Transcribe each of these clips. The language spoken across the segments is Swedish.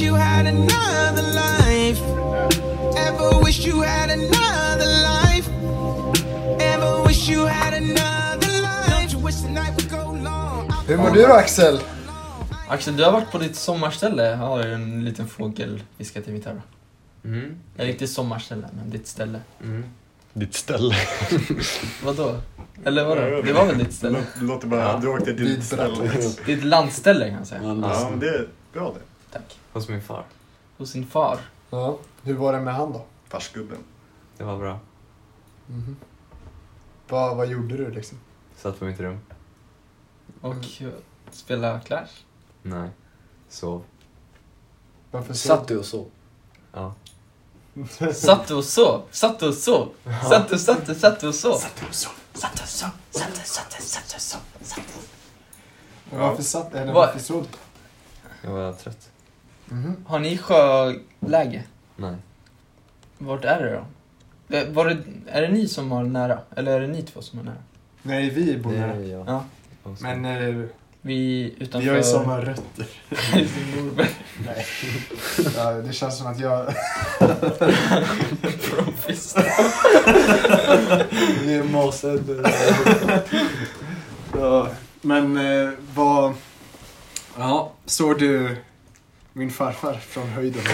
you had another life? Ever wish you had another life? Ever wish you had another life? Don't you wish the night would go long? Hur mår du då, Axel? Axel, du har varit på ditt sommarställe. Jag har en liten fågel viskat i mitt öra. Eller inte sommarställe, men ditt ställe. Ditt ställe? Vadå? Eller vadå? Det var väl ditt ställe? Det låter bara, du åkte till ditt ställe. Ditt landställe kan jag säga. Ja, men det är bra det. Tack. Hos min far. Hos sin far. Ja. Hur var det med han då? Farsgubben. Det var bra. Vad gjorde du liksom? Satt på mitt rum. Och spela Clash? Nej. Sov. Varför Satt du och så? Ja. Satt du och sov? Satt du och sov? Satt du och sov? Satt du och sov? Varför satt eller varför sov du? Jag var trött. Har ni sjöläge? Nej. Vart är det då? Är det ni som har nära? Eller är det ni två som är nära? Nej, vi bor Det nära. är jag. Ja. Men Vi utanför... vi har ju samma rötter. Norberg. Nej. Ja, det känns som att jag... Profis. Vi är måsade. Ja, men vad... Ja, såg du min farfar från höjden?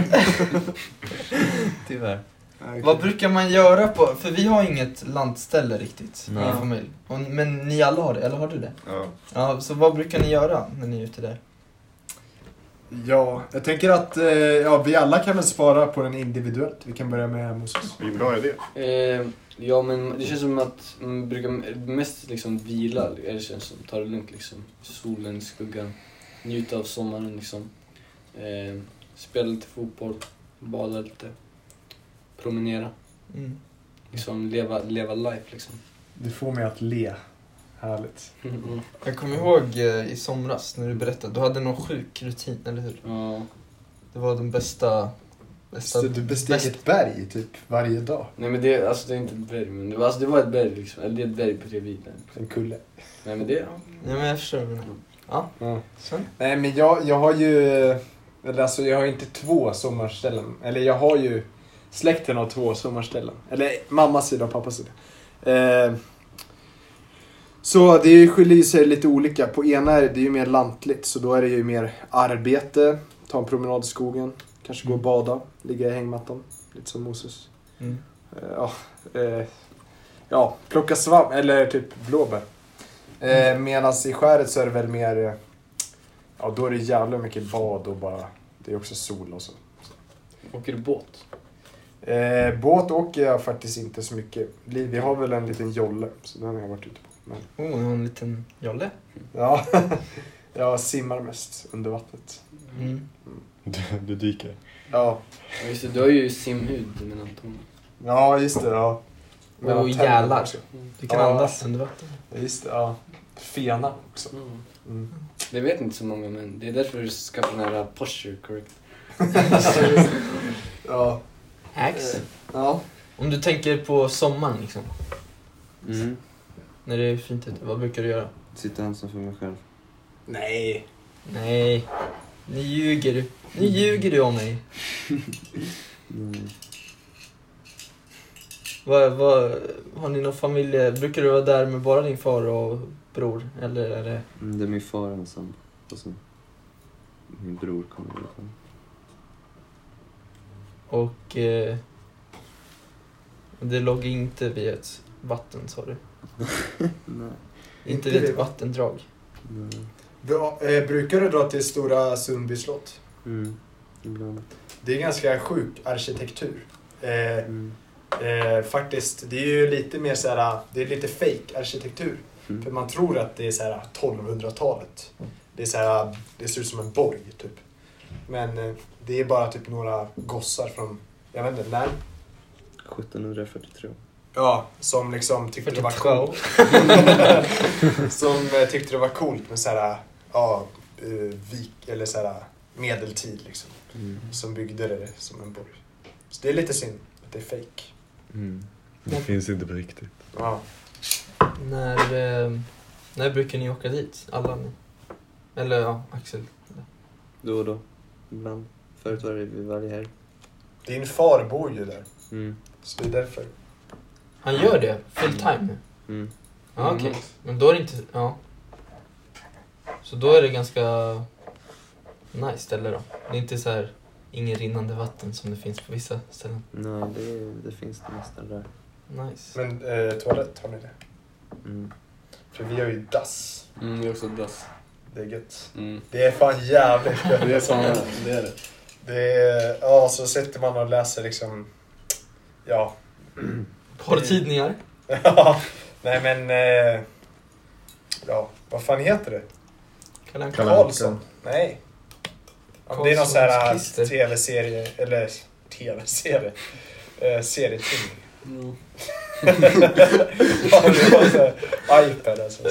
Tyvärr. Vad brukar man göra på... För vi har inget landställe riktigt. Nej. I familj. Men ni alla har det, eller har du det? Ja. Ja, så vad brukar ni göra när ni är ute där? Ja, jag tänker att vi alla kan väl spara på den individuellt. Vi kan börja med Moses. Det är en bra idé. Ja, men det känns som att man brukar mest liksom vila. Det känns som ta det lugnt liksom. Solen, skuggan. Njuta av sommaren liksom. Spela lite fotboll. Bada lite. Promenera. Liksom leva life liksom. Du får mig att le. Härligt. Jag kommer ihåg i somras när du berättade. Du hade någon sjuk rutin, eller hur? Ja. Det var den bästa... Så du besteg ett berg typ varje dag? Nej, men det är inte ett berg, men det var ett berg liksom. Eller det är ett berg på 3 vidder. En kulle. Nej, men det... Ja, men jag förstår. Ja. Sen? Nej, men jag har ju... Eller alltså, jag har inte 2 sommarställen. Eller jag har ju... Släkten har 2 sommarställen. Eller mammas sida och pappas sida. Så det skiljer sig lite olika. På ena är det ju mer lantligt. Så då är det ju mer arbete. Ta en promenad i skogen. Kanske gå och bada. Ligga i hängmattan. Lite som Moses. Plocka svamp. Eller typ blåbär. Medan i skäret så är det väl mer... Ja, då är det jävla mycket bad och bara... Det är också sol och så. Åker du båt? Båt åker jag faktiskt inte så mycket. Vi har väl en liten jolle, så den har jag varit ute på. Men... Jag har en liten jolle. Ja, jag simmar mest under vattnet. Du dyker. Ja. Just det, du har ju simhud med Anton. Ja, just det. Ja. Och jävlar. Du kan andas under vatten. Just det, ja. Fena också. Det vet inte så många, men det är därför du ska få den här posture correct. Ja. Ax. Ja. Om du tänker på sommaren liksom. När det är fint ute, vad brukar du göra? Sitta ensam för mig själv. Nej. Nej. Ni ljuger du om mig. Vad har ni någon familj? Brukar du vara där med bara din far och bror? Eller är det... Det är min far ensam. Och sen min bror kommer i alla fall. Och det låg inte vid ett vatten, sa du? Nej. Inte vid ett vattendrag? Nej. Brukar du dra till Stora Sundby slott? Ibland. Det är ganska sjuk arkitektur. Faktiskt, det är ju lite mer såhär, det är lite fake arkitektur. För man tror att det är såhär 1200-talet. Det är såhär, det ser ut som en borg typ. Men det är bara typ några gossar från, jag vet inte, när? 1743. Ja, som liksom tyckte det var coolt. Som tyckte det var coolt med såhär, vik eller såhär medeltid liksom. Som byggde det som en borg. Så det är lite synd att det är fake. Det finns inte på riktigt. Ja. När brukar ni åka dit? Alla ni? Eller ja, Axel. Då och då. Ibland. Förut var det vid varje helg. Din far bor ju där. Mm. Så det är därför. Han gör det full time nu? Mm. Ja, okej. Men då är det inte... Ja. Så då är det ganska nice ställe då. Det är inte så här ingen rinnande vatten som det finns på vissa ställen. Nej, det finns det nästan där. Nice. Men toalett, har ni det? Mm. För vi har ju dass. Det är också dass. Det är gött. Mm. Det är fan jävligt gött. Det är fan, det är det. Det är, ja, så sitter man och läser liksom, ja. Porrtidningar? Ja, nej men, ja, vad fan heter det? Kalle Anka. Karlsson? Nej. Ja, men det är någon sån här Karlssons klister. tv-serie, eller tv-serie, serietidning. Mm. Ja, det var så här, iPad alltså.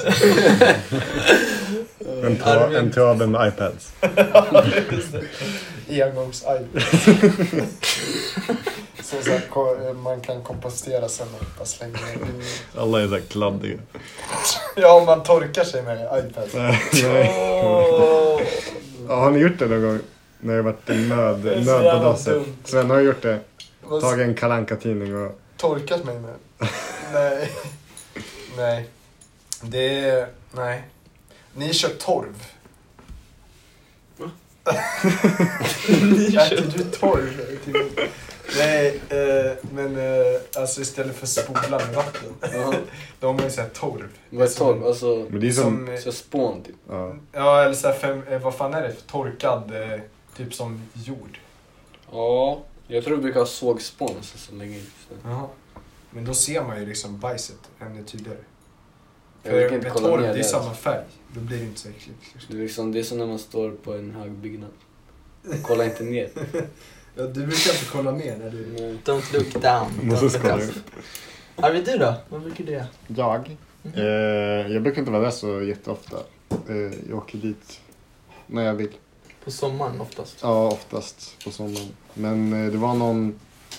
En trave med iPads. Just det. Engångs-iPad. Så här, man kan kompostera sen och bara slänga ner. Alla är så här kladdiga. Ja, om man torkar sig med iPad. Nej. Åh. Ja, har ni gjort det någon gång? När det varit nöd Det är så på jävla dasset. dumt. Sven har gjort det. Vad Tagit en Kalle Anka-tidning och... torkat mig med? Nej. Nej. Det är... Nej. Ni kör torv. Äter du torv? Nej, men alltså istället för spola med vatten. De har ju såhär torv. Vad är torv? Alltså, Men det är som... så spån typ. Ja. Ja, eller såhär, vad fan är det? Torkad, typ som jord. Ja, jag tror vi brukar ha sågspån så länge. Jaha. Men då ser man ju liksom bajset ännu tydligare. Jag brukar För inte med kolla torv, ner det är det. samma färg. Då blir det inte så äckligt. Det är som när man står på en hög byggnad. Kolla inte ner. Ja, du brukar inte kolla ner när du... Nej. Don't look down. Måste Don't look skoja. up. Arvid, du då? Vad brukar du göra? Jag? Jag brukar inte vara där så jätteofta. Jag åker dit när jag vill. På sommaren oftast. Ja, oftast på sommaren. Men det var någon...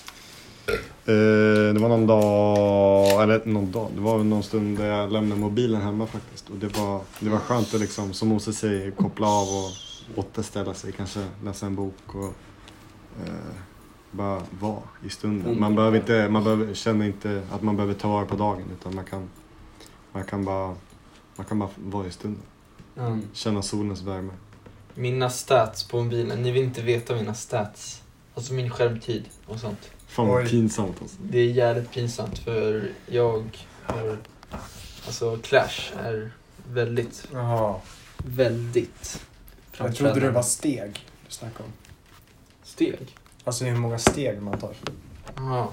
Det var någon dag, eller någon dag, det var någon stund där jag lämnade mobilen hemma faktiskt. Och det var skönt att liksom, som Mose säger, koppla av och återställa sig. Kanske läsa en bok och bara vara i stunden. Man känner inte att man behöver ta vara på dagen, utan man kan bara vara i stunden. Ja. Känna solens värme. Mina stats på mobilen. Ni vill inte veta mina stats. Alltså min skärmtid och sånt. Fan vad Oj. pinsamt alltså. Det är jävligt pinsamt för jag har... Alltså Clash är väldigt Jaha. Jag trodde det var steg du snackade om. steg. Alltså hur många steg man tar. Jaha.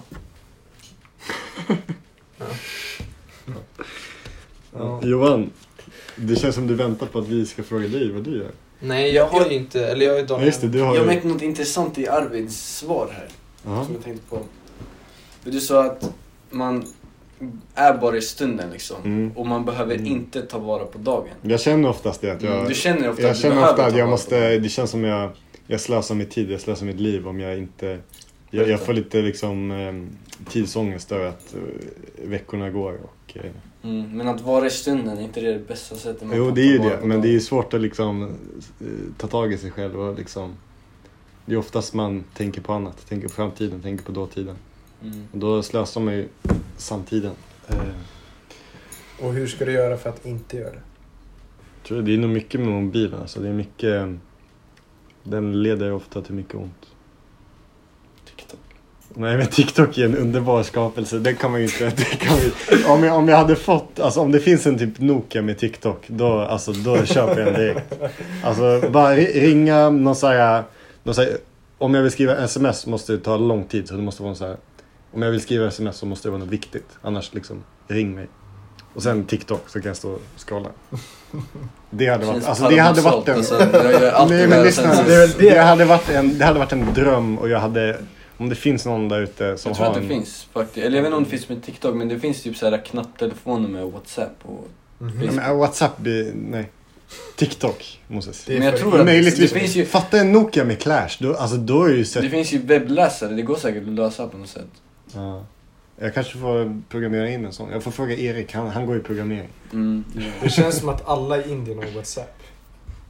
Ja. Johan, det känns som du väntar på att vi ska fråga dig vad du gör. Nej, jag har ju inte... Eller jag är Ja, Daniel. just det, du har Jag ju... märkte något intressant i Arvids svar här. Ja. Som jag tänkte på. För du sa att man är bara i stunden liksom. Mm. Och man behöver inte ta vara på dagen. Jag känner oftast det att jag... Du känner ofta Jag att du känner behöver ofta att ta jag vara måste... på dagen. Det känns som jag slösar mitt tid, jag slösar mitt liv om jag inte... Jag får lite liksom tidsångest över att veckorna går och... Men att vara i stunden är inte det bästa sättet man Jo, kan det är ju ta vara det, på men det är dagen. ju svårt att liksom ta tag i sig själv och liksom... Det är oftast man tänker på annat, tänker på framtiden, tänker på dåtiden. Och då slösar man ju samtiden. Och hur ska du göra för att inte göra det? Jag tror det är nog mycket med mobilen, alltså det är mycket... Den leder ofta till mycket ont. TikTok. Nej, men TikTok är en underbar skapelse. Det kan man ju inte... Det kan vi, om jag hade fått... Alltså om det finns en typ Nokia med TikTok, då köper jag den direkt. Alltså bara ringa någon så här... Om jag vill skriva sms måste det ta lång tid, så det måste vara så här... Om jag vill skriva sms så måste det vara något viktigt. Annars liksom, ring mig. Och sen TikTok så kan jag stå och scrolla. Det hade varit... Alltså det hade varit en... Nej, men lyssna. Det hade varit en dröm och jag hade... Om det finns någon där ute som Jag tror har att det finns faktiskt. Eller jag vet inte om det finns med TikTok, men det finns typ så här knapptelefoner med WhatsApp och Ja, Facebook. men WhatsApp, nej. TikTok, Moses. Det är Men jag för- tror att Möjligtvis. det finns ju... Fatta en Nokia med Clash. Då är ju sett... Det finns ju webbläsare, det går säkert att lösa på något sätt. Ja. Jag kanske får programmera in en sån. Jag får fråga Erik, han går i programmering. Det känns som att alla i Indien har WhatsApp.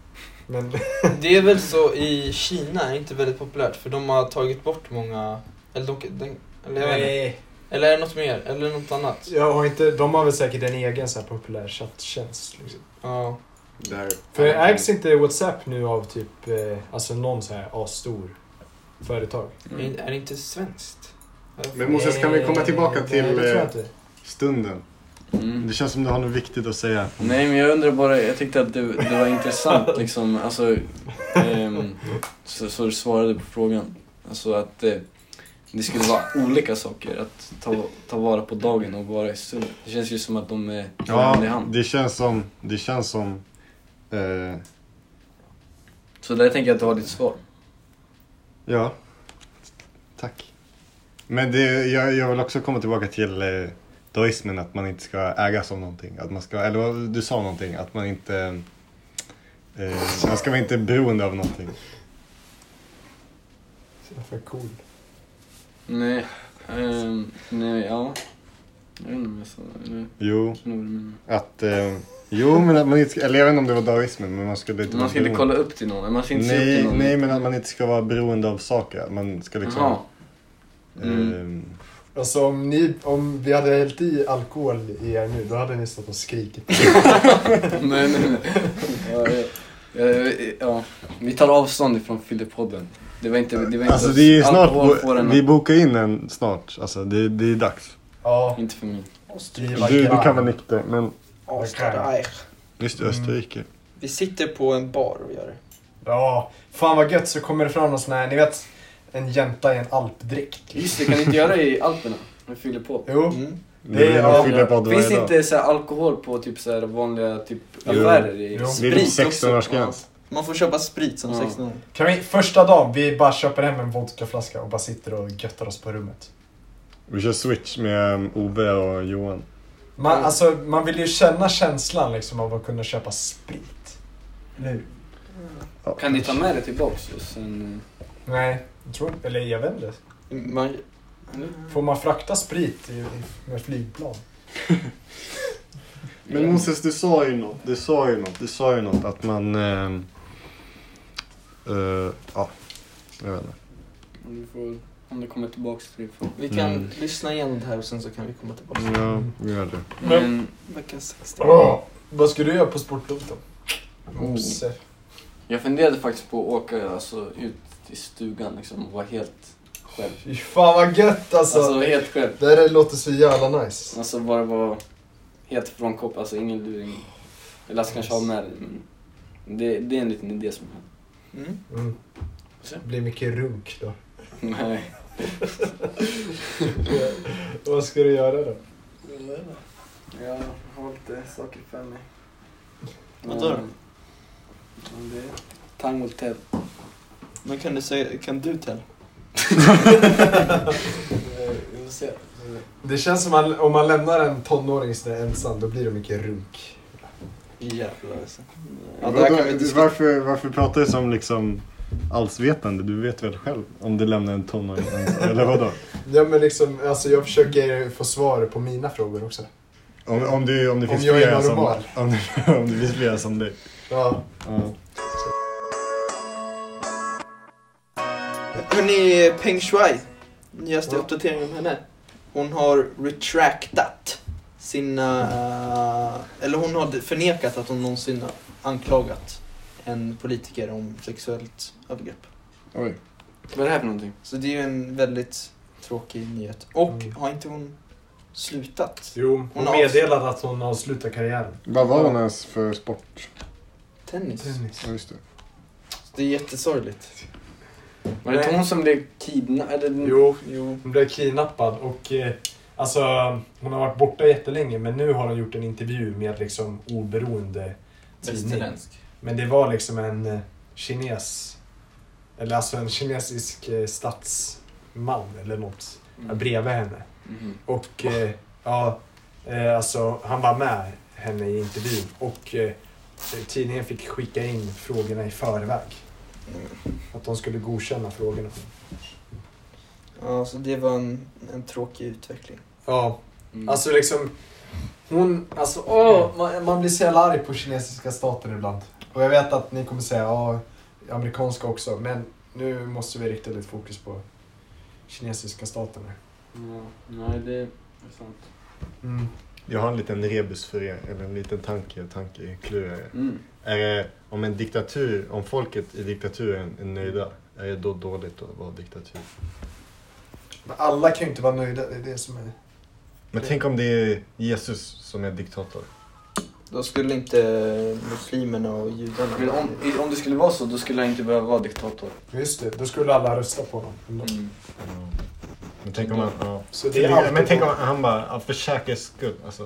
Men Det är väl så i Kina, är inte väldigt populärt. För de har tagit bort många... Eller, eller, jag vet inte. nej, Eller är det något mer? Eller något annat? jag har inte, de har väl säkert en egen så här populär chatttjänst. Liksom. Ja. För ägs inte WhatsApp nu av typ, alltså någon så här stor företag? Är det inte svenskt? Men Moses, kan vi komma tillbaka till Nej, det tror jag inte. stunden? Det känns som du har något viktigt att säga. Nej, men jag undrar bara, jag tyckte att det var intressant liksom, alltså, så du svarade på frågan. Alltså att det skulle vara olika saker, att ta vara på dagen och vara i stunden. Det känns ju som att de är hand i hand. Det känns som Så där tänker jag att du har ditt svar. ja, tack. Men jag vill också komma tillbaka till daoismen, att man inte ska ägas av någonting. Att man ska, eller du sa någonting, att man inte man ska vara inte beroende av någonting. Så för cool. Nej, nej, ja. Jag vet inte om jag sa eller, Jo, vad du menar. att men att man inte ska, eller jag vet inte om det var daoismen, men man skulle inte Man ska inte kolla upp till någon, man ska inte se upp till någon. Nej, men att man inte ska vara beroende av saker. Man ska liksom Jaha. Alltså om vi hade hällt i alkohol i er nu, då hade ni stått och skrikit. Nej. Ja, vi tar avstånd ifrån Fyllepodden. Det var inte alltså det är alkohol snart, på den. vi bokar in en snart. Alltså det är dags. Ja. Inte för mig. Du kan vara nykter, men Österreich. just det, Österrike. Vi sitter på en bar och gör det. Ja, fan vad gött, så kommer det fram någon sån här, ni vet, en jänta i en alpdräkt. Just det, kan ni inte göra det i Alperna? Man fyller på. Jo. Det är ja, fyller på varje Finns det dag. inte så här alkohol på typ så här vanliga typ Jo. affärer i? Jo. Det är typ Sprit 16-årsgräns. Man får köpa sprit som Ja. 16 år. Kan vi första dagen, vi bara köper hem en vodkaflaska och bara sitter och göttar oss på rummet. Vi kör switch med Ove och Johan. Man vill ju känna känslan liksom av att kunna köpa sprit. Eller hur? Ja. Kan ni ta med det tillbaks och sen... Nej, jag tror inte, eller jag vet inte. Man, Får man frakta sprit med flygplan? Men Moses, du sa ju något att man ja, jag vet inte. Om det kommer tillbaks till det. vi kan lyssna igenom det här och sen så kan vi komma tillbaka. Ja, vi gör det. Men Vecka 16. Vad ska du göra på sportlov då? jag funderade faktiskt på att åka alltså, ut i stugan liksom, och vara helt själv. Fy fan vad gött alltså. Alltså helt själv. Det här låter så jävla nice. Alltså bara vara helt frånkopplad, alltså ingen luring. Eller alltså kanske ha med det, men det är en liten idé som jag har. Det blir mycket runk då. Nej. Vad ska du göra då? Jag har lite saker för mig. Vad då? Det är Tango Hotel. Men kan du tell? Vi får se. Det känns som att om man lämnar en tonåring så där ensam, då blir det mycket runk. Jävlar alltså. Ja, där kan vi diskutera. Varför pratar du som liksom allsvetande? Du vet väl själv om du lämnar en tonåring eller vadå? Ja men liksom, alltså jag försöker få svar på mina frågor också. Om det finns jag är flera som normal. om det finns flera som dig. Ja. Hörrni, Peng Shuai, nyaste uppdateringen om henne. Hon har retractat sina, eller hon har förnekat att hon någonsin anklagat en politiker om sexuellt övergrepp. Oj. Vad är det här för någonting? Så det är ju en väldigt tråkig nyhet. Och har inte hon slutat? Jo, hon har meddelade att hon har slutat karriären. Vad var hon ens för sport? Tennis. Ja, just det. Så det är jättesorgligt. Var det inte hon som blev kidnappad? Jo, hon blev kidnappad och alltså hon har varit borta jättelänge, men nu har hon gjort en intervju med liksom oberoende tidning. Men det var liksom en kines, eller alltså en kinesisk statsman eller något bredvid henne. Och alltså han var med henne i intervjun och tidningen fick skicka in frågorna i förväg. Att de skulle godkänna frågorna. Ja, så det var en tråkig utveckling. Ja, alltså liksom hon, alltså man blir så jävla arg på kinesiska staten ibland. Och jag vet att ni kommer säga ja, amerikanska också. Men nu måste vi rikta lite fokus på kinesiska staten här. Ja, nej, det är sant. Mm. Jag har en liten rebus för er, eller en liten tankeklurare. Är det, om en diktatur, om folket i diktaturen är nöjda, är det då dåligt att vara diktatur? Men alla kan ju inte vara nöjda, det är det som är... Men tänk om det är Jesus som är diktator. Då skulle inte muslimerna och judarna... Men om det skulle vara så, då skulle han inte behöva vara diktator. Just det, då skulle alla rösta på honom. Men tänk om han... Ja. Så det är alltid Men tänk om han bara, ja, för säkerhets skull, alltså.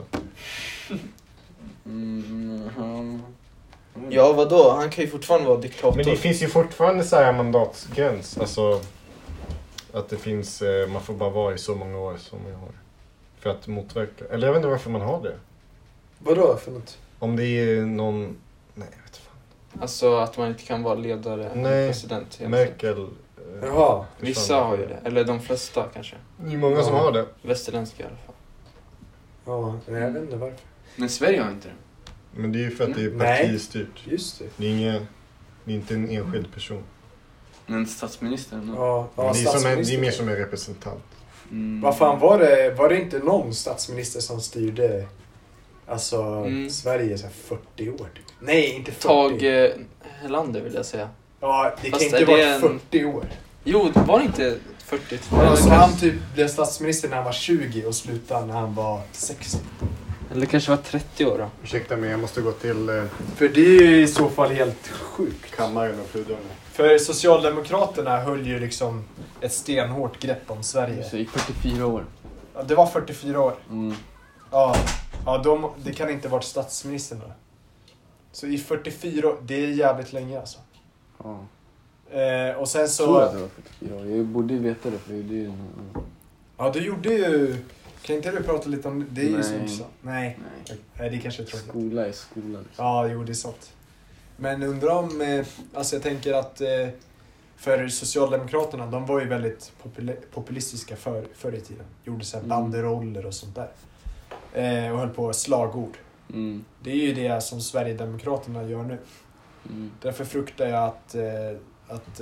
Ja, vadå? Han kan ju fortfarande vara diktator. Men det finns ju fortfarande så här mandatsgräns, alltså att det finns, man får bara vara i så många år som man har. För att motverka, eller jag vet inte varför man har det. Vadå för något? Om det är någon, nej jag vet fan. Alltså att man inte kan vara ledare och Nej, president. Merkel. Jaha. Vissa har ju det, eller de flesta kanske. Det är många som har det. Västerländska i alla fall. Ja, jag vet inte varför. Men Sverige har inte det. Men det är ju för att det är Nej. partistyrt. Just det. Det är inte en enskild person. Men statsministern? Ja, Men det, är som en, det är statsminister. mer som en representant. Vad fan var det inte någon statsminister som styrde alltså Sverige så här 40 år? Typ? Nej, inte 40. Tage Erlander vill jag säga. Ja, det kan Fast inte är vara det 40 år. Jo, var det inte 40? Alltså, han typ blev statsminister när han var 20 och slutade när han var 60. Eller kanske var 30 år då. Ursäkta mig, jag måste gå till För det är ju i så fall helt sjukt. kammaren och pudra mig. För Socialdemokraterna höll ju liksom ett stenhårt grepp om Sverige. Så i 44 år. Ja, det var 44 år. Mm. Ja, det kan inte varit statsministern då. Så i 44 år, det är jävligt länge alltså. Ja. Och sen Jag tror att så... det var 44 år. Jag borde ju veta det, för det är ju... Ja, du gjorde ju... Kan inte du prata lite om det? Det är ju Nej. så intressant. Nej, det kanske är tråkigt. Skola är skola. Liksom. Ja, jo, det är sant. Men undrar om... Alltså jag tänker att... För Socialdemokraterna, de var ju väldigt populistiska förr i tiden. Gjorde så här banderoller och sånt där. Och höll på slagord. Mm. Det är ju det som Sverigedemokraterna gör nu. Mm. Därför fruktar jag att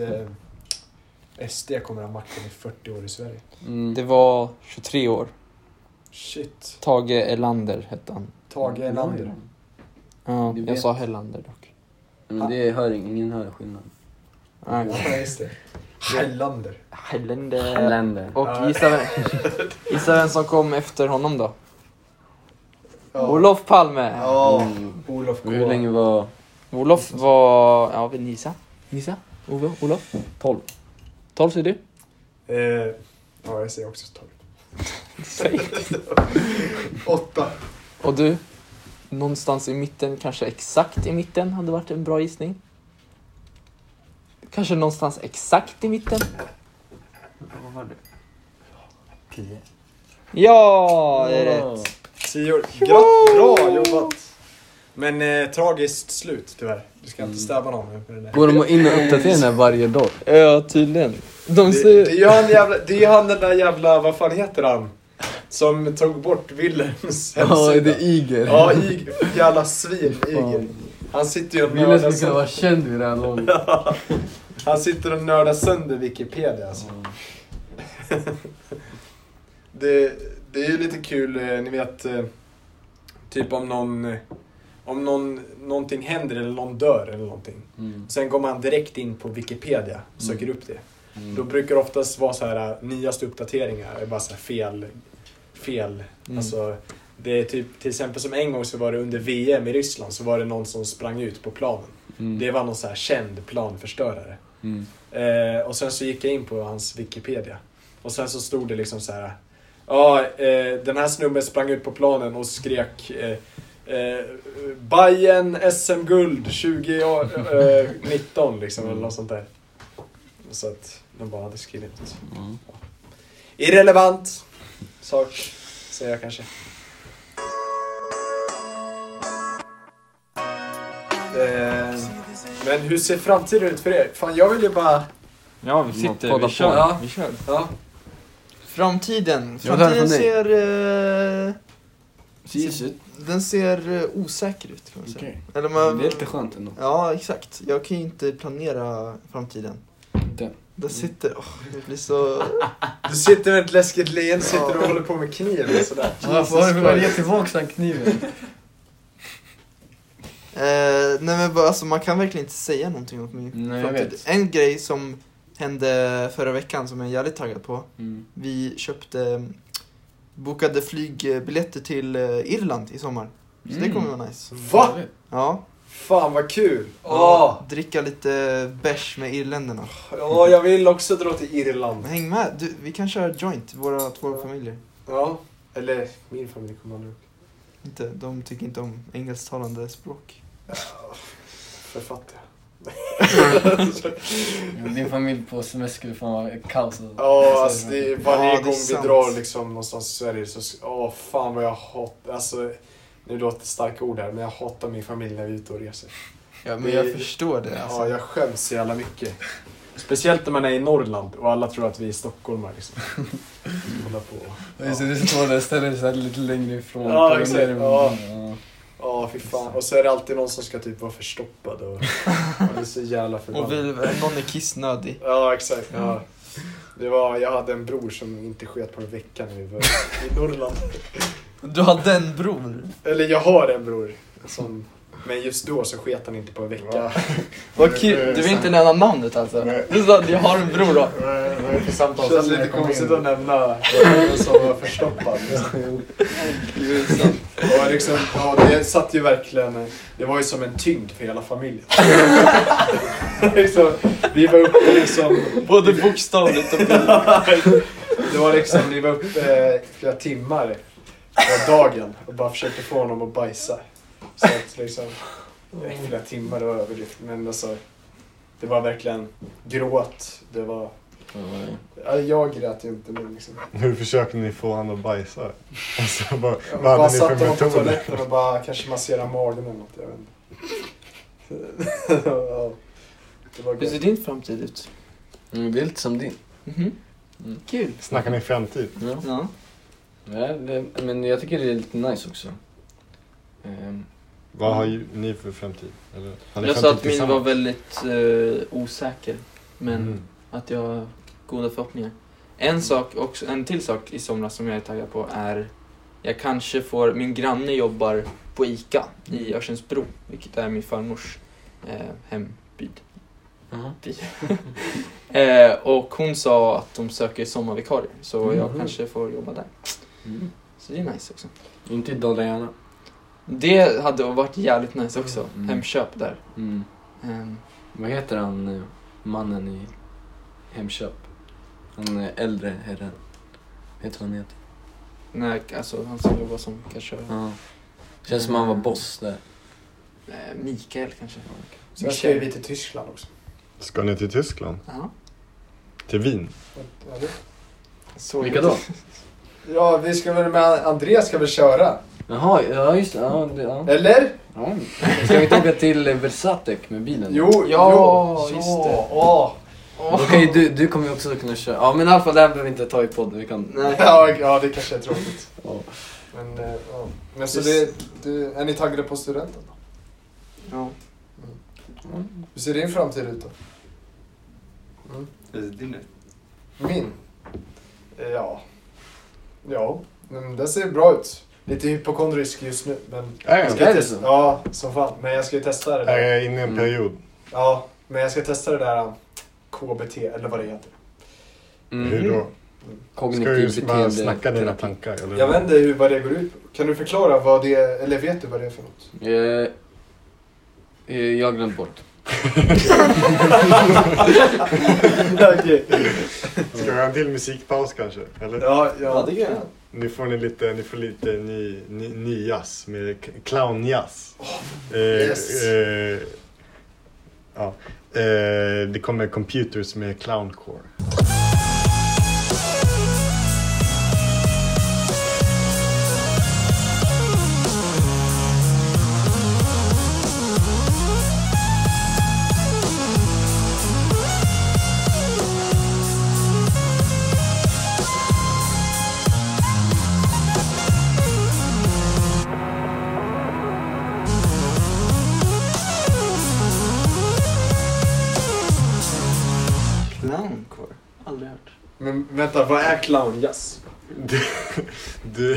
SD kommer ha makten i 40 år i Sverige. Mm. Det var 23 år. Shit. Tage Erlander hette han. Tage Erlander. Ja, Du jag vet. sa Hellander dock. Men det hör ingen hör skillnad. Ja. Ja, just det. Hellander. Hellander. Länder. Och Ja. gissa vem som kom efter honom då? Ja. Olof Palme. Ja, Olof K. Men hur länge var... Olof var... Ja, vi Nisa. Ove? Olof? 12. 12 säger du? Ja, jag säger också 12. Säg. 8. Och du? Någonstans i mitten, kanske exakt i mitten hade varit en bra gissning. Kanske någonstans exakt i mitten. Vad var det? 10. Ja, det är rätt. 10 år. Bra jobbat. Men tragiskt slut tyvärr. Du ska inte stäva någon med den där. Går de in och uppdaterar den här varje dag? Ja, tydligen. De Det säger... är ju han den där jävla, vad fan heter han? Som tog bort Wilhelms Ja, hemsida. det är Iger. Ja, jävla svin, Iger. Han sitter ju och Ville nördar skulle kunna vara känd vid det här laget. Han sitter och nördar sönder Wikipedia alltså. Det är ju lite kul, ni vet, typ om någonting händer eller någon dör eller någonting. Mm. Sen går man direkt in på Wikipedia och söker upp det. Mm. Då brukar det oftast vara så här nyaste uppdateringar, är bara så här fel. Alltså, det är typ, till exempel som en gång så var det under VM i Ryssland så var det någon som sprang ut på planen. Mm. Det var någon så här känd planförstörare. Mm. Och sen så gick jag in på hans Wikipedia. Och sen så stod det liksom så här. Den här snubben sprang ut på planen och skrek Bayern SM-guld 2019 liksom, eller något sånt där. Så att de bara hade skrivit något. Mm. Irrelevant sak, säger jag kanske. Men hur ser framtiden ut för er? Fan, jag vill ju bara... Ja, vi sitter. Podda Vi kör. på. Ja, vi kör. Ja. Framtiden Jag vill höra från dig. ser ut. Den ser osäker ut kan man säga. Okej. Eller man, Det är lite skönt ändå. Ja, exakt. Jag kan ju inte planera framtiden. Inte. Där sitter... det blir så... Du sitter med ett läskigt leende, sitter och håller på med kniv och sådär. Varför har du velat ge tillbaka den kniven? nej men bara, alltså, man kan verkligen inte säga någonting om min Nej, jag framtid. vet. En grej som hände förra veckan som jag är jävligt taggad på. Mm. Vi bokade flygbiljetter till Irland i sommar. Så det kommer vara nice. Va? Ja, Fan vad kul! dricka lite bärs med irländarna. Ja, jag vill också dra till Irland. Häng med, vi kan köra joint, våra två familjer. Ja, eller min familj kommer aldrig upp. Inte, de tycker inte om engelsktalande språk. Författar. Din familj på semester skulle fan vara kaos. Ja, alltså det är varje Ja, det är gång vi sant. drar liksom någonstans i Sverige så fan vad jag hatar, alltså nu låter det starka ord här, men jag hatar min familj när vi är ute och reser. Ja, men Det- jag förstår det. Alltså. Ja, jag skäms så jävla mycket. Speciellt när man är i Norrland och alla tror att vi är stockholmare liksom. Hålla på. Ja. Så du står där och ställer dig så här lite längre ifrån. Ja, exakt. Ja. Ja. Ja, fy fan. Och så är det alltid någon som ska typ vara förstoppad och det är så jävla Och förbannat. någon är kissnödig. Ja, exakt. Ja. Jag hade en bror som inte sket på en vecka när vi var i Norrland. Du har den bror. Eller jag har en bror som... Men just då så sket han inte på en vecka. Vad kul, du vill inte nämna namnet alltså? Du sa att jag har en bror då. Vad är det för samtal? Det känns lite konstigt att nämna någon som var förstoppad. Och liksom, ja, det satt ju verkligen... Det var ju som en tyngd för hela familjen. Liksom, vi var uppe liksom... Både bokstavligt och Det var liksom, vi var uppe flera timmar på dagen och bara försökte få honom att bajsa. Så att liksom, flera timmar det var överdrift. Men alltså, det var verkligen gråt. Det var... Ja, jag grät ju inte, men liksom... Hur försöker ni få han att bajsa? Alltså, vad Jag hade bara ni satt för honom på metoder? toaletten och bara kanske massera magen eller något, jag vet inte. Ja, det var Hur ser gott. din framtid ut? Det är lite som din. Kul. Snackar ni framtid? Ja. Ja. Ja, men jag tycker det är lite nice också. Vad har ni för framtid? Eller, har ni Jag sa framtid att min var tillsammans? väldigt osäker. Men Mm. att jag har goda förhoppningar. En till sak i somras som jag är taggad på är... Jag kanske får... Min granne jobbar på ICA i Örsundsbro. Vilket är min farmors hembyd. Och hon sa att de söker sommarvikarier. Så jag kanske får jobba där. Så det är nice också. Inte i Dalarna. Det hade varit jävligt nice också. Mm. Hemköp där. Vad heter han, mannen i Hemköp? Han är äldre herren. Vet du vad han heter? Nej, alltså han som jobbar som kassör. Ja. Känns som han var boss där. Mikael kanske. Sen ska vi till Tyskland också. Ska ni till Tyskland? Ja. Till Wien? Ja, det- Så Vilka då? Ja, vi ska väl med Andreas ska väl köra. Jaha, ja just det. Ja, ja. Eller? Ja. Ska vi inte åka till Versatek med bilen? Jo, Ja, jo, just så. det. Åh. Då kan ju du kommer ju också kunna köra. Ja men i alla fall det här behöver vi inte ta i podden. Vi kan... Nej. Ja, det kanske är tråkigt. Ja. Men, ja. Men så är ni taggade på studenten då? Ja. Hur ser din framtid ut då? Din Min? Ja. Ja, men den ser bra ut. Lite hypokondrisk just nu, men... jag ska är det testa- så? Ja, som fan. Men jag ska ju testa det Är där. jag inne i en period? Ja, men jag ska testa det där KBT, eller vad det heter. Hur då? Ska Kognitiv du bara snacka dina beteendeterapi. tankar? Eller? Jag vet inte vad det går ut på. Kan du förklara vad det är, eller vet du vad det är för något? Jag har glömt bort. Okej. Ska vi ha en till musikpaus kanske? Eller? Ja, det kan jag. Nu får ni lite ny jazz med clownjazz. yes. Ja. Det kommer Computers med Clowncore. Aldrig hört. Men vänta, vad är clownjazz? Det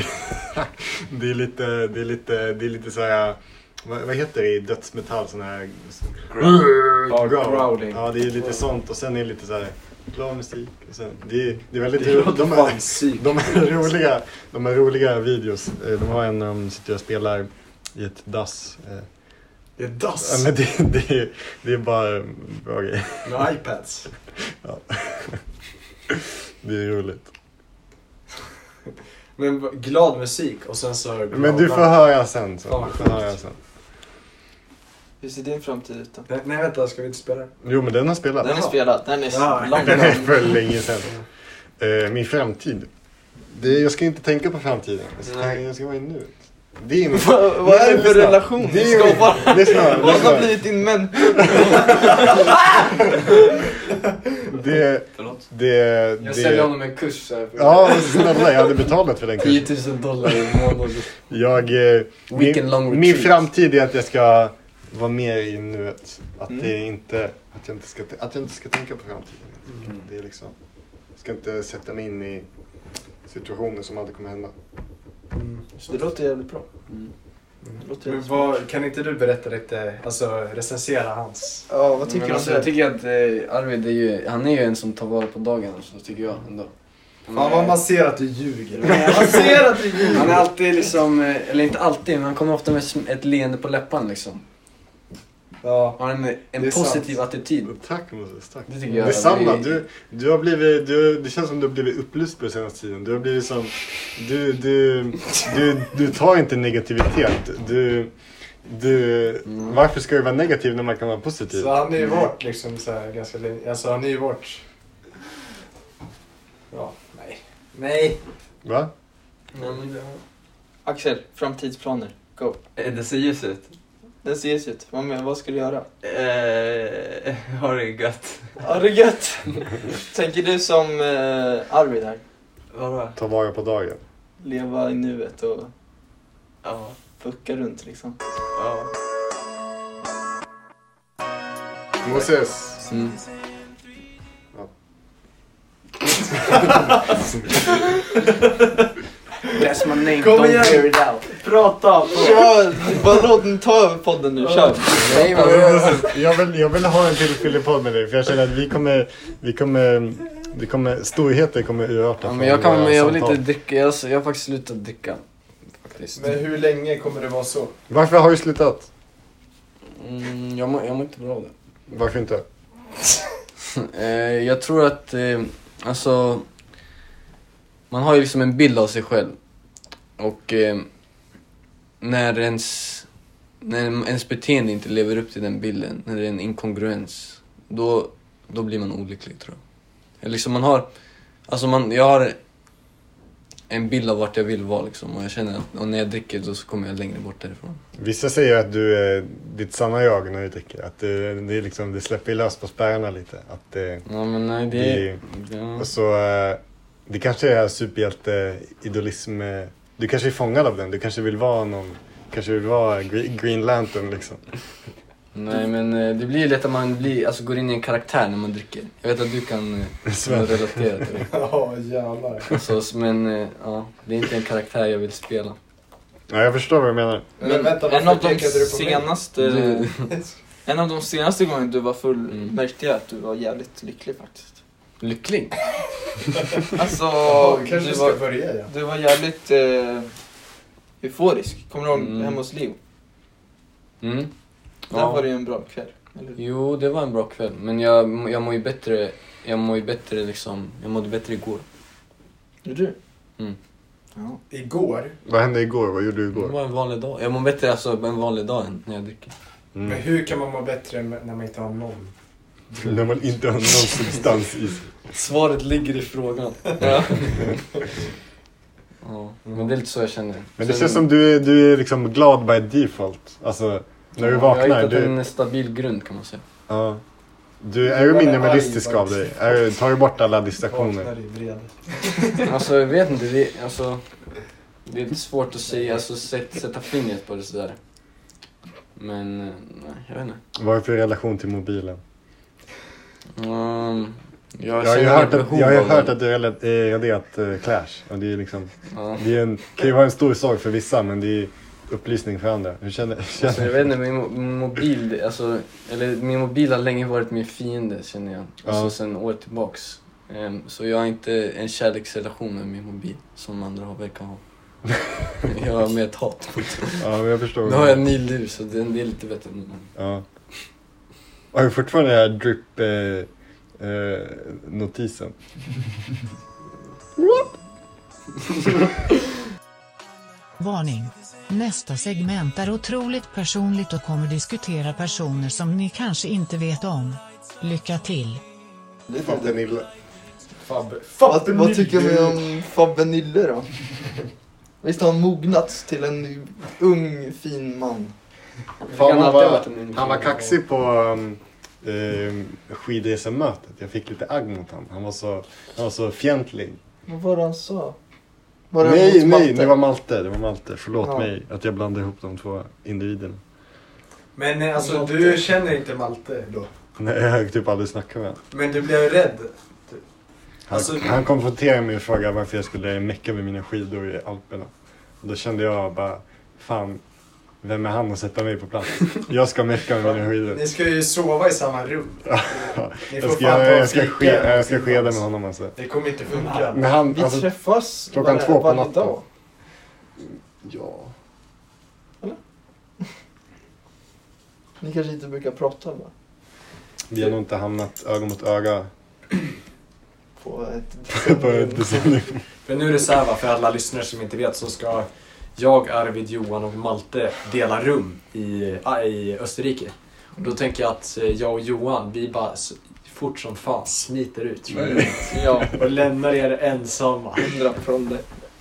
är lite så här. Vad heter det i dödsmetall sån här Growling. Ja, det är lite sånt och sen är det lite så här glad musik och sen det är väldigt Det låter fan psyk. de är roliga videos. De har en när de sitter och spelar i ett dass. Det är dass. Ja, men det är bara bra grejer. Med iPads. Ja. Det är roligt. Men glad musik och sen så glada. Men du får höra sen. Så. Ja, Du får höra sen. Hur ser din framtid ut då? Nej vänta, ska vi inte spela? Jo, men den har spelat. Den är spelad, den är Ja. lång. Den är för länge sedan. Min framtid. Jag ska inte tänka på framtiden. Jag ska vara i nuet. Det är min... Vad är det för relation Det du är skapar? Lyssna. Vad har blivit din mentor? Förlåt. Jag säljer honom en kurs här. Ja, snälla, jag hade betalat för den kursen. $10,000 i månaden. Weekend long Min retreat. framtid är att jag ska vara mer i nuet. Att det inte, att jag inte ska tänka på framtiden. Det är liksom, jag ska inte sätta mig in i situationer som aldrig kommer hända. Det låter jävligt bra. Det låter Men jävligt bra. kan inte du berätta lite, alltså recensera hans? Ja, vad tycker Men du om alltså, det? jag tycker att Arvid han är ju en som tar vara på dagen, så tycker jag ändå. Fan vad man ser att du ljuger. Man ser att det är Han är alltid liksom, eller inte alltid, men han kommer ofta med ett leende på läppan liksom. Ja. Han har Det en är positiv sant. attityd. Tack Moses, tack. Det tycker jag. Detsamma, Det är- du har blivit, det känns som du har blivit upplyst på den senaste tiden. Du har blivit som, du tar inte negativitet. Varför ska du vara negativ när man kan vara positiv? Så han är ju vårt liksom så här ganska länge. Alltså han är ju vårt. Ja, nej. Va? Axel, framtidsplaner. Go. Det ser ljus ut. Den ser ljus ut. Vad ska du göra? Har det gött. Ja, det är gött. Tänker du som Arvid här? Vadå? Ta vara på dagen. Leva i nuet och Ja. fucka runt liksom. Ja. Moses. Mm. That's my name, Kom don't igen. hear it out. Prata! Kör! Bara låt den ta över podden nu, kör! Nej, Jag vill ha en till fyllepodd med dig för jag känner att storheter kommer urarta. Ja, men jag vill samtal. inte dricka, jag har faktiskt slutat dricka. Faktiskt. Men hur länge kommer det vara så? Varför har du slutat? Jag mår inte bra av det. Varför inte? Jag tror att, alltså, man har ju liksom en bild av sig själv. Och när ens beteende inte lever upp till den bilden, när det är en inkongruens, då blir man olycklig, tror jag. Liksom jag har en bild av vart jag vill vara liksom, och jag känner att när jag dricker då så kommer jag längre bort därifrån. Vissa säger att du är ditt sanna jag när du dricker. Att det är liksom, det släpper lös på spärrarna lite. Att Ja, men nej, ja. och så, det kanske är superhjälte-idolism. Du kanske är fångad av den. Du kanske vill vara Green Lantern liksom. Nej, men det blir ju lätt att man går in i en karaktär när man dricker. Jag vet att du kan relatera till det. Ja, jävlar. Alltså, men det är inte en karaktär jag vill spela. Ja, jag förstår vad du menar. Men vänta, en varför av de pekade du på mig? senaste... En av de senaste gångerna du var full märkte jag att du var jävligt lycklig faktiskt. Lycklig? Alltså, Kanske du ska var, börja igen. du var jävligt euforisk. Kommer du ihåg hemma hos Leo? Mm. Där var det ju en bra kväll. Eller? Jo, det var en bra kväll. Men jag mår ju bättre. Jag mådde bättre igår. Gjorde du? Mm. Ja. Igår? Vad hände igår? Vad gjorde du Det igår? var en vanlig dag. Jag mår bättre en vanlig dag än när jag dricker. Men hur kan man må bättre när man inte har någon? När man inte har någon substans i sig. Svaret ligger i frågan. Ja. Ja, men det är lite så jag känner. Men det känns som du är liksom glad by default. Alltså, när du Jag har vaknar. hittat en stabil grund, kan man säga. Ja. Är du minimalistisk av dig? Tar du bort alla distraktioner? Vaknar i vrede. Alltså, jag vet inte. Det är lite svårt att säga, alltså sätta fingret på det sådär. Men, nej, jag vet inte. Vad är det för relation till mobilen? Jag har ju hört att du är raderat Clash. Och det är liksom, kan ju vara en stor sak för vissa, men det är upplysning för andra. Hur känner? Alltså, jag vet inte, min mobil, alltså, eller min mobil har länge varit min fiende, känner jag. Alltså sen år tillbaks. Så jag har inte en kärleksrelation med min mobil som andra verkar ha. Jag har mer ett hat mot det. Ja, men jag förstår. Nu har jag en ny lur, så det är lite bättre nu. Ja. Och jag fortfarande det här drip notisen. Varning. Nästa segment är otroligt personligt och kommer diskutera personer som ni kanske inte vet om. Lycka till. Fabbe Nille. Vad tycker vi om Fabbe Nille då? Visst har han mognats till en ung, fin man. Fan, han var kaxig på skid-SM-mötet. Jag fick lite agg mot honom. Han var så fientlig. Vad var det han sa? Nej, det var Malte. Förlåt mig att jag blandade ihop de två individerna. Men alltså, du känner inte Malte då? Nej, jag har typ aldrig snackat med honom. Men du blev rädd? Han konfronterade mig och frågade varför jag skulle mecka med mina skidor i Alperna. Och då kände jag bara, fan, vem är han att sätta mig på plats? Jag ska mecka med mina skidor. Ni ska ju sova i samma rum. Jag ska skeda med honom alltså. Det kommer inte funka. Men vi träffas klockan 2 på natten. Dag. Ja. Eller? Ni kanske inte brukar prata va? Vi har nog inte hamnat öga mot öga. På ett decennium. För nu är det så här, för alla lyssnare som inte vet, så ska jag, Arvid, Johan och Malte dela rum i Österrike. Och då tänker jag att jag och Johan, vi bara fort som fan smiter ut. Ja, och lämnar er ensamma. 100%.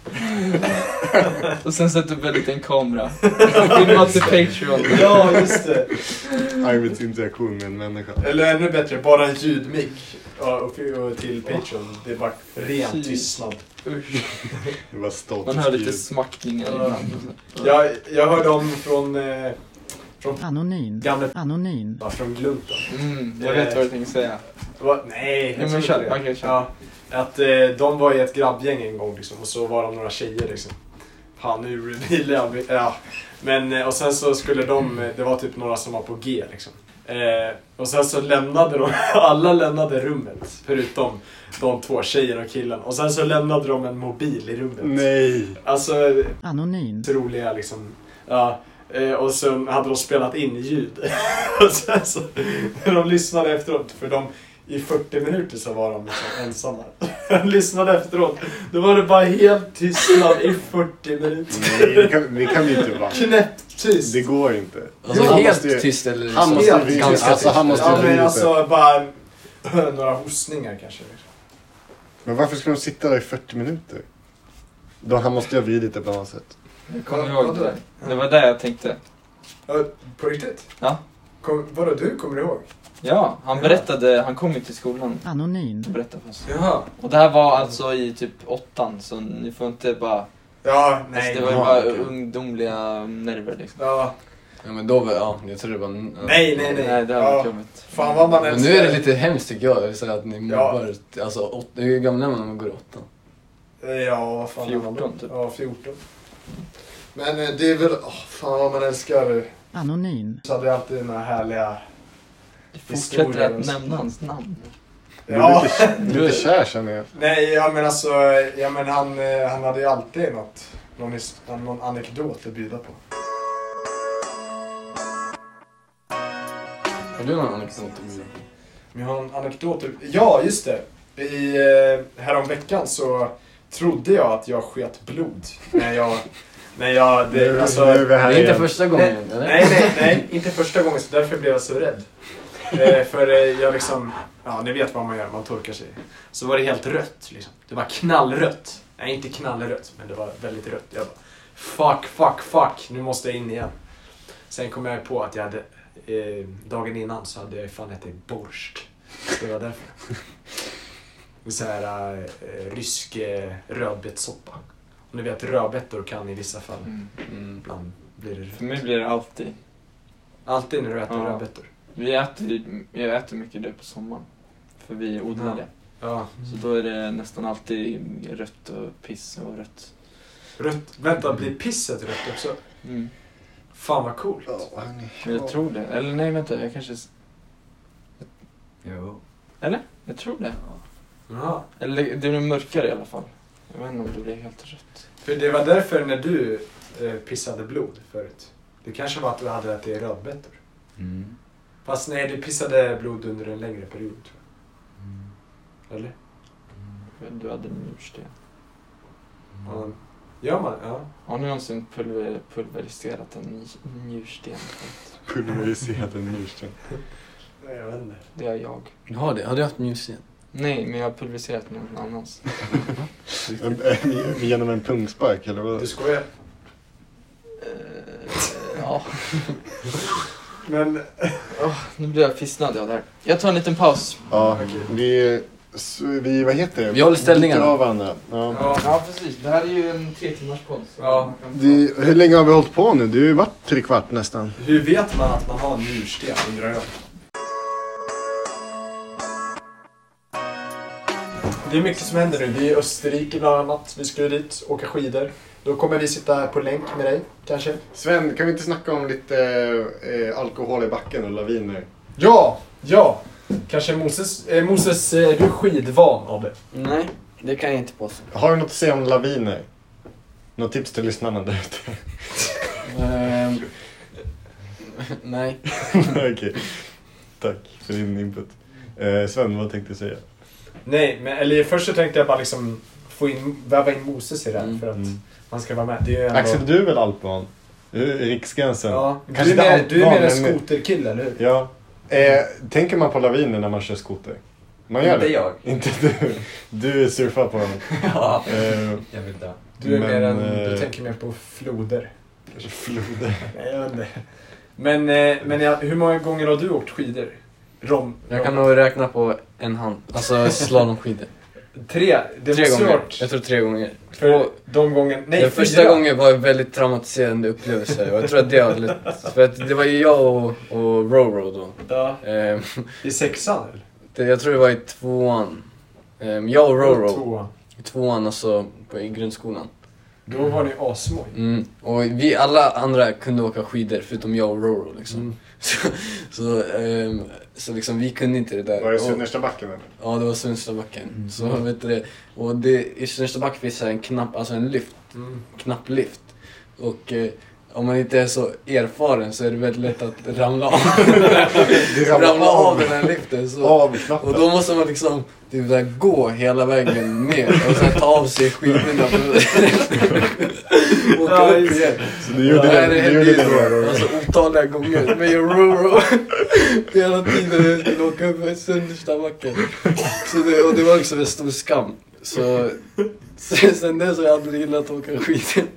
Och sen sätter vi lite en kamera. Filmat till Patreon. Ja, just det. Arvids interaktion med en människa. Eller ännu bättre, bara en ljudmick. Och till Patreon. Det är bara ren tystnad. Usch. Det var stolt. Man hör lite smackningar ibland. Jag hörde om från Anonym. Gamla, Anonym. ja, från Glunton. Jag vet vad du tänkte säga. Nej, men kör. Ja, att de var i ett grabbgäng en gång liksom, och så var de några tjejer liksom. Fan, nu vill jag. Ja. Men och sen så skulle det var typ några som var på G liksom. Och sen så lämnade alla lämnade rummet förutom de två tjejerna och killen. Och sen så lämnade de en mobil i rummet. Nej. Alltså Anonym. Roliga liksom. Ja. Och så hade de spelat in ljud. Och sen så när de lyssnade efteråt, för de i 40 minuter så var de liksom ensamma. De lyssnade efteråt. Då var det bara helt tystnad i 40 minuter. Nej, det kan vi inte vara. Knäpptyst. Det går inte. Alltså helt tyst eller han måste ganska tyst. Ja, men alltså bara några hostningar kanske. Men varför ska de sitta där i 40 minuter? Då han måste ju ha vridit det på något sätt. Jag kommer ihåg det. Det var det jag tänkte. På riktigt? Ja. Vadå, du kommer ihåg? Ja, han berättade, han kom ju till skolan. Anonym. Berättade för oss. Jaha. Och det här var alltså i typ 8:an, så ni får inte bara... Ja, nej. Alltså, det var ju bara ungdomliga nerver liksom. Ja. Ja, men då var jag tror det var... Nej. Nej, det har varit jobbigt. Fan vad man men älskar. nu är det lite hemskt tycker jag, så att ni mobbar. Alltså, hur gamla är man när man går 8? Ja, fan. 14 typ. Ja, 14. Men det är väl, fan vad man älskar. Anonym. Så hade jag alltid den här härliga fortsätter att nämna hans namn. Ja. Du är lite kär känner jag. Nej, ja men alltså, han hade ju alltid någon anekdot att bjuda på. Har du någon anekdot att bjuda på? Men jag har en anekdot. Ja, just det. Häromveckan så trodde jag att jag sket blod. Det är inte första gången, eller? Nej, inte första gången, så därför blev jag så rädd. För jag liksom, ja ni vet vad man gör, man torkar sig. Så var det helt rött liksom. Det var knallrött. Nej, inte knallrött, men det var väldigt rött. Jag bara, fuck, nu måste jag in igen. Sen kom jag på att jag hade, dagen innan så hade jag fan ätit borst. Det var därför. Så här rysk rödbetssoppa. Och ni vet, rödbetor kan i vissa fall. Ibland blir det rött. För mig blir det alltid. Alltid när du äter rödbetor. Jag äter mycket det på sommaren. För vi odlar det. Ja. Så då är det nästan alltid rött och piss och rött. Rött. Vänta, blir pisset rött också? Mm. Fan vad coolt. Jag tror det. Eller nej, vänta. Jag kanske... Jo. Eller? Jag tror det. Jaha. Eller det är nog mörkare i alla fall. Jag vet inte om det blir helt rött. För det var därför när du pissade blod förut. Det kanske var att du hade att det är rödbetor. Mm. Fast nej, du pissade blod under en längre period tror jag. Eller? Du hade njursten. Ja. Gör man? Ja. Har ni någonsin pulveriserat en njursten? Pulveriserat en njursten. Nej, jag vet inte. Det är jag. Har du haft njursten? Nej, men jag har pulveriserat någon annans. Genom en pungspark eller vad? Du skojar? Ja. Men... Nu blir jag fissnad jag där. Jag tar en liten paus. Ja, vi vad heter det? Vi håller ställningarna. Byter av varandra. Ja. Ja, precis. Det här är ju en 3 timmars podd. Ja. Hur länge har vi hållit på nu? Det har ju varit 3/4 nästan. Hur vet man att man har njursten, undrar jag? Det är mycket som händer nu. Vi är i Österrike bland annat. Vi ska dit, åka skidor. Då kommer vi sitta här på länk med dig, kanske. Sven, kan vi inte snacka om lite alkohol i backen och laviner? Ja! Kanske Moses, är du skidvan av det? Nej, det kan jag inte påstå. Har du något att säga om laviner? Något tips till lyssnarna där ute? Nej. Okej. Tack för din input. Sven, vad tänkte du säga? Nej, men eller först så tänkte jag bara liksom väva in Moses i det här för att man ska vara med. Det är ändå... Axel, du är väl alpvan? Riksgränsen? Ja, Kanske du är inte mer en alpvan, men- skoterkille, eller hur? Ja. Tänker man på laviner när man kör skoter? Man gör Inte det? jag. Inte du. Du surfar på dem. Ja. Eh, Jag vill dö. Du är mer Men, du tänker mer på floder. Kanske floder. Nej, jag vet inte. Men ja, hur många gånger har du åkt skidor? Jag kan nog räkna på en hand. Alltså slalomskidor. 3. Det 3 måste ju gånger. varit. Jag tror 3 gånger. För de gånger... Nej, Den första 4. gången var en väldigt traumatiserande upplevelse. Och jag tror att det var lite... För att det var ju jag och Roro då. Ja, Ehm, i 6:an eller? jag tror det var i 2:an. Jag och Roro. 2:an. I 2:an alltså i grundskolan. Då var ni asmå. Och vi alla andra kunde åka skidor förutom jag och Roro liksom. Så liksom vi kunde inte det där. Var det Och- Sunnerstabacken eller? Ja, det var Sunnerstabacken. Så vet du det. Och i Sunnerstabacken finns det en knapp, alltså en lyft. Knapplift. Och om man inte är så erfaren så är det väldigt lätt att ramla av. ramla av den här liften. Så. Av knappen. Och då måste man liksom typ där, gå hela vägen ner och sen ta av sig skidorna. Åka upp igen. Så du gjorde Nej, det, du gjorde det några gånger. alltså otaliga gånger. Men jag Roro hela tiden jag skulle åka upp för Sunnerstabacken. Så det var liksom en stor skam. Så sen dess har jag aldrig gillat att åka skidor.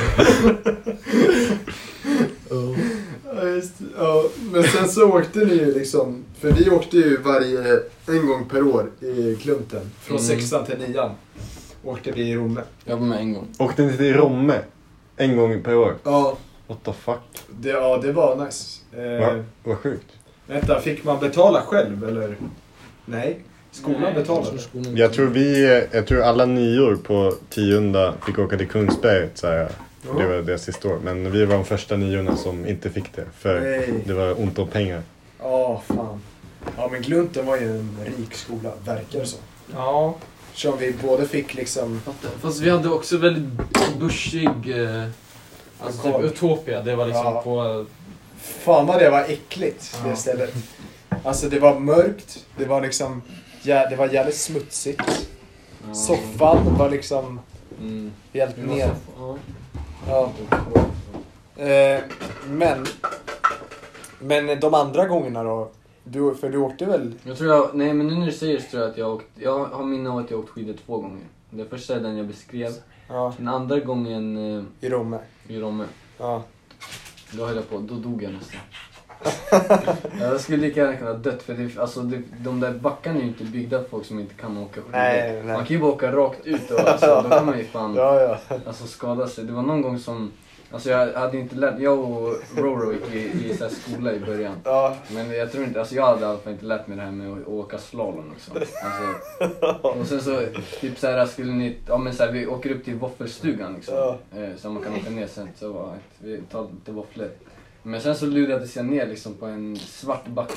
Ja, just det. Ja, men sen så åkte ni ju liksom, för vi åkte ju en gång per år i Klumten. Från 6:an till 9:an åkte vi i Romme. Jag var med en gång. Åkte ni till Romme en gång per år? Ja, What the fuck? det var nice. Vad sjukt. Vänta, fick man betala själv eller? Nej, skolan betalade. Jag tror alla 9 på 10:e fick åka till Kungsberg så här. Det var deras sista år. Men vi var de första 9 som inte fick det. För Nej. det var ont om pengar. Ja, fan. Ja, men Glunten var ju en rik skola, verkar det så. Ja. Som vi både fick liksom... Fast vi hade också väldigt bushig... alltså typ Lokal. Utopia. Det var liksom Ja. på... Fan vad det var äckligt, det stället. Alltså det var mörkt, det var liksom... Det var jävligt smutsigt. Soffan var liksom helt ner. Ja. Men de andra gångerna då? För du åkte väl? Jag tror nej men nu när du säger det så tror jag att jag har minne av att jag åkt skidor 2 gånger. Den första är den jag beskrev. Ja, Den andra gången i Romme. i Romme. Ja. Då höll jag på, då dog jag nästan. Jag skulle lika gärna kunna dött för de där backarna är ju inte byggda för folk som inte kan åka skidor. Nej. Man kan ju bara åka rakt ut och alltså, då kan man ju fan Ja. alltså, skada sig. Det var någon gång som Alltså jag hade inte lärt... Jag och Roro gick i så här skola i början. Ja. Men jag tror inte... Alltså jag hade i alla fall inte lärt mig det här med att åka slalom liksom. Alltså, och sen så typ så här skulle ni... Ja men så här, vi åker upp till våffelstugan liksom. Ja. Så man kan åka ner sen. Så var vi tar lite våfflor. Men sen så lurades jag ner liksom på en svart backe.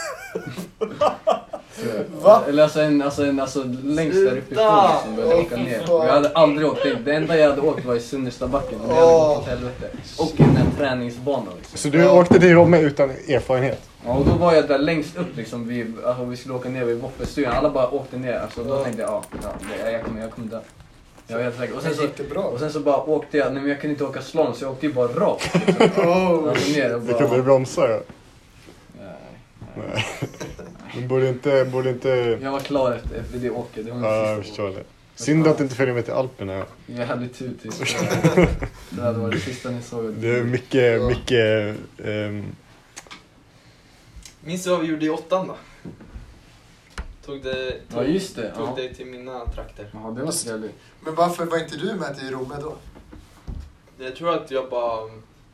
Va? Eller alltså längst där uppifrån liksom, började jag åka ner. Och jag hade aldrig åkt dit. Det enda jag hade åkt var i Sunnerstabacken. Och det hade gått åt helvete. Och i den här träningsbanan liksom. Så du åkte till Romme utan erfarenhet? Ja, och då var jag där längst upp liksom. Vi skulle åka ner vid våffelstugan. Alla bara åkte ner. Alltså, då tänkte jag, jag kommer där. Jag var helt säker. Och sen så bara åkte jag. Nej, men jag kunde inte åka slalom så jag åkte ju bara rakt. Liksom. Alltså, ner och Du kunde bara... bromsa då? Nej. Du borde inte... Jag var klar efter det åket. Det var Ja, jag min sista förstår det. Synd att du inte följer med till Alperna. Jag hade tur till. Det hade varit det sista ni såg. Det är mycket... Minns du vad vi gjorde i 8:an då? Tog dig till mina trakter. Ja, det var trevligt. Men varför var inte du med till Romme då? Jag tror att jag bara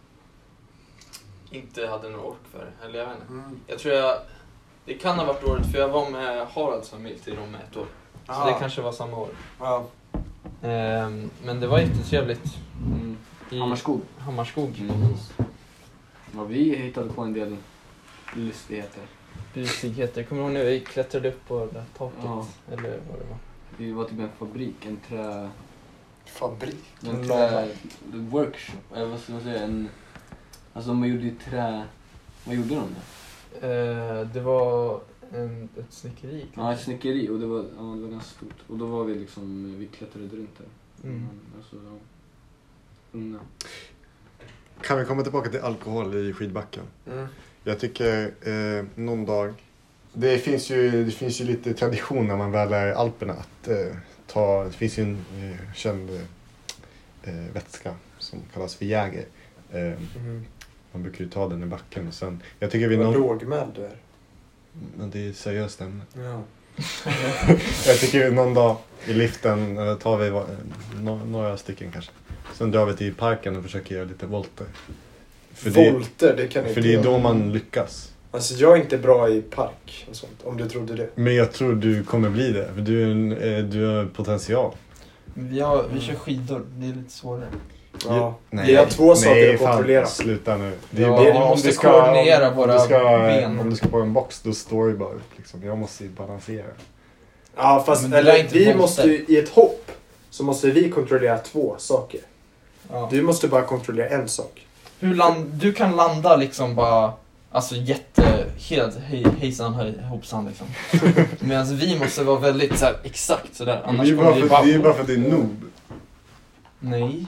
inte hade någon ork för det. Eller jag vet inte. Jag tror det kan ha varit året för jag var med Haralds familj till Romme ett år. Så det kanske var samma år. Ja. Men det var jättetrevligt. I Hammarskog. Ja, vi hittade på en del lustigheter. Jag kommer ihåg när vi klättrade upp på det taket. Ja. Eller vad det var. Det var typ en fabrik, en Fabrik? workshop. Vad ska man säga? Alltså man gjorde i trä... Vad gjorde de där? Det var ett snickeri. Ja, ett snickeri och det var ganska stort. Och då var vi liksom, vi klättrade runt där. Alltså, unga. Kan vi komma tillbaka till alkohol i skidbacken? Jag tycker någon dag... Det finns ju lite tradition när man väl är i Alperna att ta... Det finns ju en känd vätska som kallas för Jäger. Man brukar ju ta den i backen. Och sen, jag tycker vi Vad lågmäld du är. Men det är seriöst ämne. Ja. Jag tycker någon dag i liften tar vi några stycken kanske. Sen drar vi till parken och försöker göra lite volter. Volter, det kan inte. För det är då man lyckas. Alltså jag är inte bra i park och sånt, om du trodde det. Men jag tror du kommer bli det. För du har potential. Vi kör skidor, det är lite svårare. Ja. Nej, vi har två saker att fan, kontrollera. Sluta nu. Vi måste koordinera våra ben. Om du ska på en box, då står du bara upp. Liksom. Jag måste ju balansera. Ja, fast vi måste ju, i ett hopp så måste vi kontrollera två saker. Ja. Du måste bara kontrollera en sak. Du kan landa liksom bara, alltså helt hejsan hoppsan liksom. Medan vi måste vara väldigt så här, exakt sådär. Annars det är bara för att det är noob. Nej.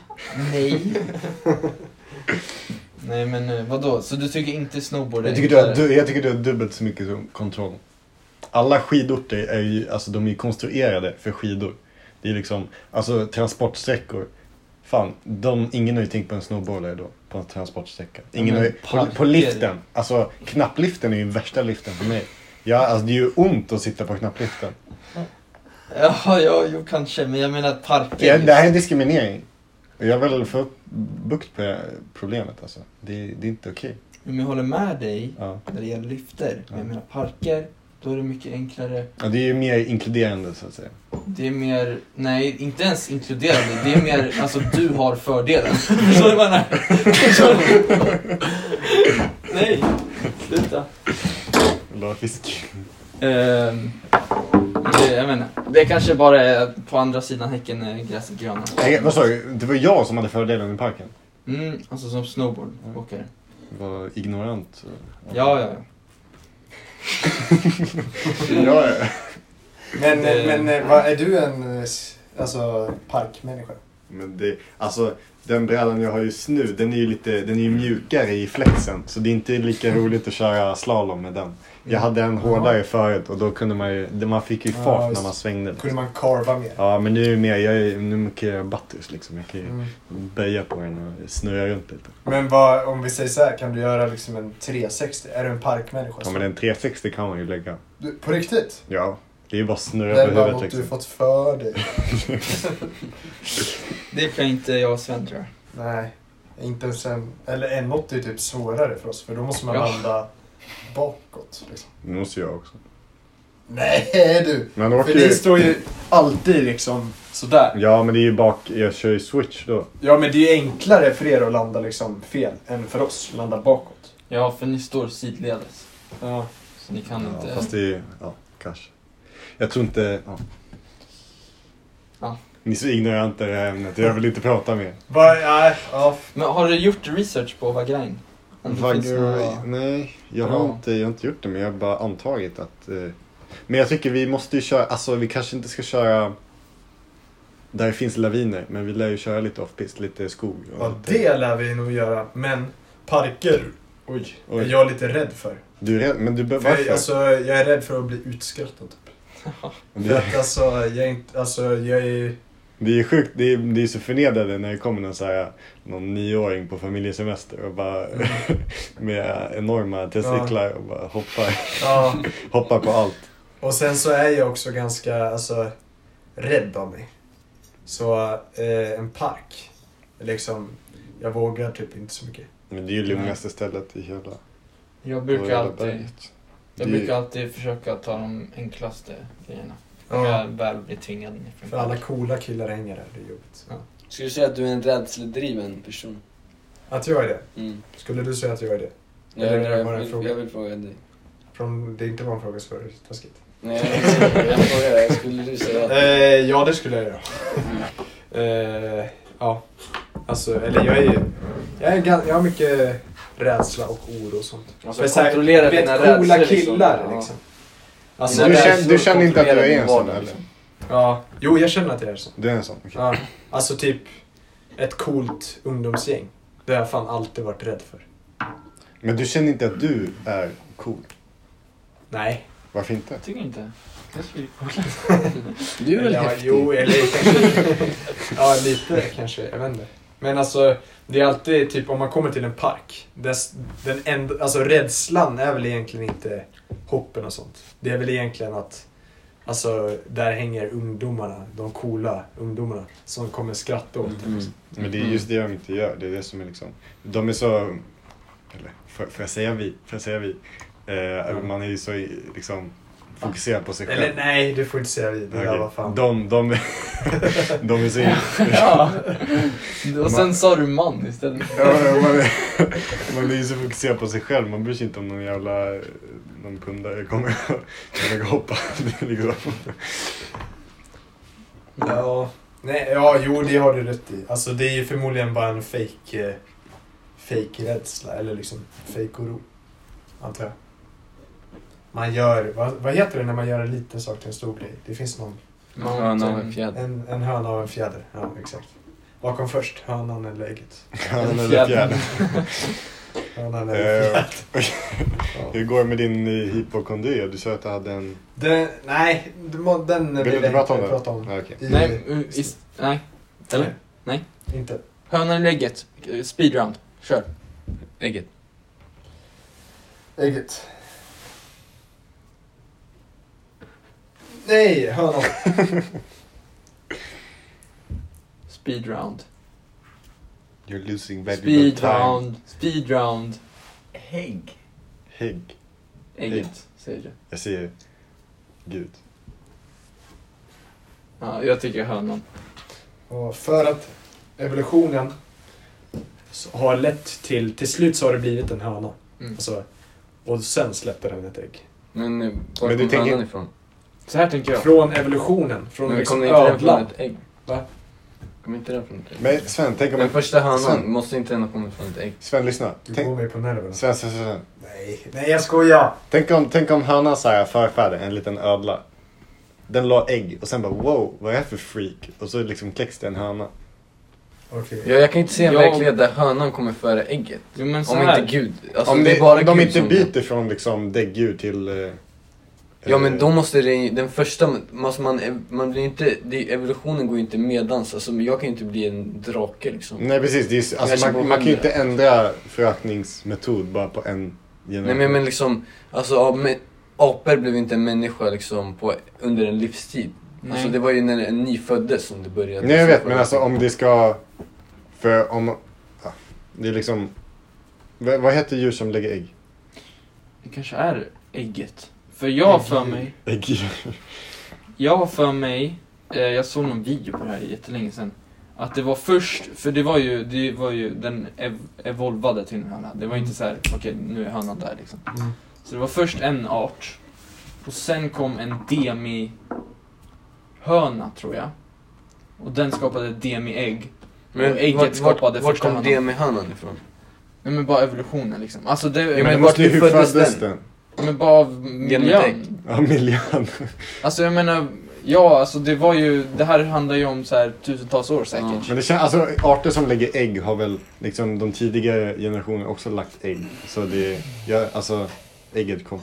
Nej men vadå? Så du tycker inte snowboard är Jag tycker du har dubbelt så mycket som kontroll. Alla skidorter är ju, alltså de är konstruerade för skidor. Det är liksom, alltså transportsträckor. Fan, ingen har ju tänkt på en snowboardare då, på en transportsträcka. Ingen har ju, på liften, alltså knappliften är ju värsta liften för mig. Ja, alltså det är ju ont att sitta på knappliften. Ja, kanske, men jag menar parker. Det här är en diskriminering. Jag vill få bukt på problemet alltså. Det är inte okej. Men jag håller med dig när det gäller lyfter. Men jag menar parker, då är det mycket enklare. Ja, det är ju mer inkluderande så att säga. Det är mer, nej, inte ens inkluderande. Det är mer, alltså du har fördelen. Förstår du vad jag menar? Nej, sluta. La fisk. Jag menar, det kanske bara är på andra sidan häcken när gräset gröna. Vad sa du? Det var jag som hade fördelen i parken. Alltså som snowboardåkare. Var ignorant. Ja. Ja. Men vad är du en parkmänniska? Men det, alltså den brädan jag har just nu, den är ju mjukare i flexen, så det är inte lika roligt att köra slalom med den. Jag hade en hårdare förut och då kunde man fick ju fart när man svängde. Kunde man carva mer? Ja, men nu är det mer, nu kan jag butters liksom. Jag kan ju böja på den och snurra runt lite. Men om vi säger så här, kan du göra liksom en 360? Är du en parkmänniska? Ja, men en 360 kan man ju lägga. På riktigt? Ja, det är ju bara snurra på huvudet liksom. Det är bara något du fått för dig. Det kan inte jag och Sven, tror jag. Nej. Inte ens en mått är typ svårare för oss. För då måste man landa bakåt. Liksom. Det måste jag också. Nej du! För ni står ju alltid liksom sådär. Ja, men det är ju jag kör ju switch då. Ja, men det är ju enklare för er att landa liksom fel än för oss att landa bakåt. Ja, för ni står sidledes. Ja. Så ni kan inte... Fast det är kanske. Jag tror inte... Ja. Ni är så ignoranta i det här ämnet. Jag vill inte prata mer. Men har du gjort research på Vagrein? Nej, jag har inte gjort det, men jag har bara antagit att... Men jag tycker vi måste ju köra... Alltså, vi kanske inte ska köra... Där det finns laviner, men vi lär ju köra lite off-pist, lite skog. Ja, det lär vi nog göra. Men parker är jag lite rädd för. Du är rädd? Men varför? Alltså, jag är rädd för att bli utskrattad typ. För att alltså, jag är... Det är sjukt, det är så förnedrande när det kommer någon 9-åring på familjesemester och bara med enorma testiklar och bara hoppar på allt. Och sen så är jag också ganska rädd av mig. Så en park, liksom, jag vågar typ inte så mycket. Men det är ju lugnaste stället i hela... Jag brukar alltid försöka ta de enklaste grejerna. Om jag väl blir tvingad. För alla coola killar hänger där, det är jobbigt. Ja. Skulle du säga att du är en rädsledriven person? Att jag är det? Mm. Skulle du säga att jag är det? Jag vill fråga dig. Det inte var en fråga så var det taskigt. Nej, jag frågar. Skulle du säga att... ja, det skulle jag göra. Ja. Alltså, eller jag har mycket rädsla och oro och sånt. Alltså, kontrollera dina rädslor. Coola killar liksom. Alltså, du känner inte att du är en sån, eller? Ja, jo, jag känner att jag är sån. Du är en sån, okej. Ja, alltså typ ett coolt ungdomsgäng. Det har jag fan alltid varit rädd för. Men du känner inte att du är cool? Nej. Varför inte? Jag tycker inte. Du är väl häftig? Jo, eller kanske... ja, lite kanske, jag vet inte. Men alltså, det är alltid typ om man kommer till en park. Alltså rädslan är väl egentligen inte hoppen och sånt. Det är väl egentligen att alltså, där hänger ungdomarna, de coola ungdomarna som kommer skratta åt det. Men det är just det de inte gör. Det är det som är liksom... De är så... Eller, får jag säga vi? Man är ju så liksom... fokuserad på sig själv. Eller nej, du får inte säga vi. Det där var fan. De är så... Ja. Och sen sa du man istället. Ja, man är ju så fokuserad på sig själv. Man bryr sig inte om någon pundare kommer hoppa. Liksom. Ja, nej, jo, det har du rätt i. Alltså det är ju förmodligen bara en fake rädsla eller liksom fake oro, antar jag. Man gör, vad heter det när man gör en liten sak till en stor grej? Det finns någon... Höna av en fjäder. En höna av en fjäder, ja exakt. Vad kom först? Hönan eller ägget? Hönan eller fjäder. Hönan eller fjäder. Hur går det med din hypokondri? Du sa att du hade en... Nej, den vill du prata om. Ja, okay. Nej, nej. Eller? Nej. Inte. Hönan eller ägget? Speedround. Kör. Ägget. Ägget. Nej, hönan. Speedround. You're losing valuable time. Speedround. Hägg. Ägget, säger du. Jag säger Gud. Ja, jag tycker hönan. Och för att evolutionen har lett till slut så har det blivit en höna. Alltså, och sen släppte den ett ägg. Men var kom hönan ifrån? Så här tänker jag. Från evolutionen. Från men liksom kommer inte den från ödlan. ett ägg? Va? Kommer inte den från ett ägg? Men Sven, tänk om... Den första hönan, Sven. måste inte den ha kommit från ett ägg? Sven, lyssna. Du går mig på nerven. Sven. Nej, jag skojar. Tänk om hönan så här förfärde en liten ödla. Den la ägg och sen bara wow, vad är det för freak? Och så liksom kläcks det en höna. Okay. Ja, jag kan inte se en verklighet där hönan kommer före ägget. Jo, men så om här. inte Gud. Alltså, om det är bara de Gud inte som byter från liksom däggdjur till... ja, men då måste det... Den första... Måste man blir inte... Evolutionen går ju inte medans. Alltså, jag kan ju inte bli en drake liksom. Nej, precis. Det är, alltså, man kan ju inte ändra förökningsmetod bara på en generation. Nej, men liksom... Alltså, apor blev inte en människa liksom under en livstid. Nej. Alltså, det var ju när en ny föddes som det började. Nej, jag vet. Men alltså om det ska... För om... Det är liksom... Vad heter djur som lägger ägg? Det kanske är ägget. För jag har för mig... Ägg. Jag har för mig... jag såg någon video på det här jättelänge sedan. Att det var först... För det var ju den evolvade till en höna. Det var inte så här, okej, nu är hönan där liksom. Så det var först en art. Och sen kom en demi-höna, tror jag. Och den skapade demi-ägg. Men och ägget skapade vart första kom hönan. demi-hönan ifrån? Nej, men bara evolutionen liksom. Alltså det... Ja, men Men vart hur föddes föddes den? den? Men bara av Genom miljön. ett ägg? Ja, miljön. Alltså jag menar, ja alltså det var ju, det här handlar ju om så här tusentals år säkert. Ja. Men det känns, alltså arter som lägger ägg har väl liksom de tidigare generationerna också lagt ägg. Så det, ja, alltså ägget kom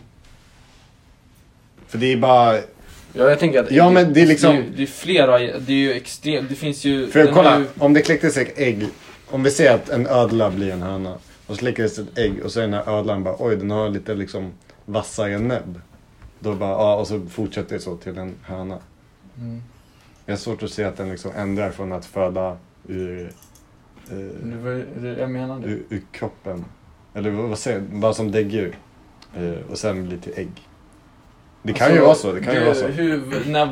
för det är bara, Ja, jag tänker att... ja men det är liksom, Det är flera, det är ju extremt, det finns ju... för den har kolla, ju, om det kläcktes ett ägg, om vi ser att en ödla blir en höna och så kläcktes ett ägg och så är den här ödlan bara, oj den har lite liksom vassare näbb. Då bara, ja och så fortsätter det så till en höna. Jag har svårt att se att den liksom ändrar från att föda ur, det var, jag menar det. ur kroppen. Eller vad säger jag? Bara som däggdjur. Och sen blir till ägg. Det kan ju vara så, det kan ju vara så. När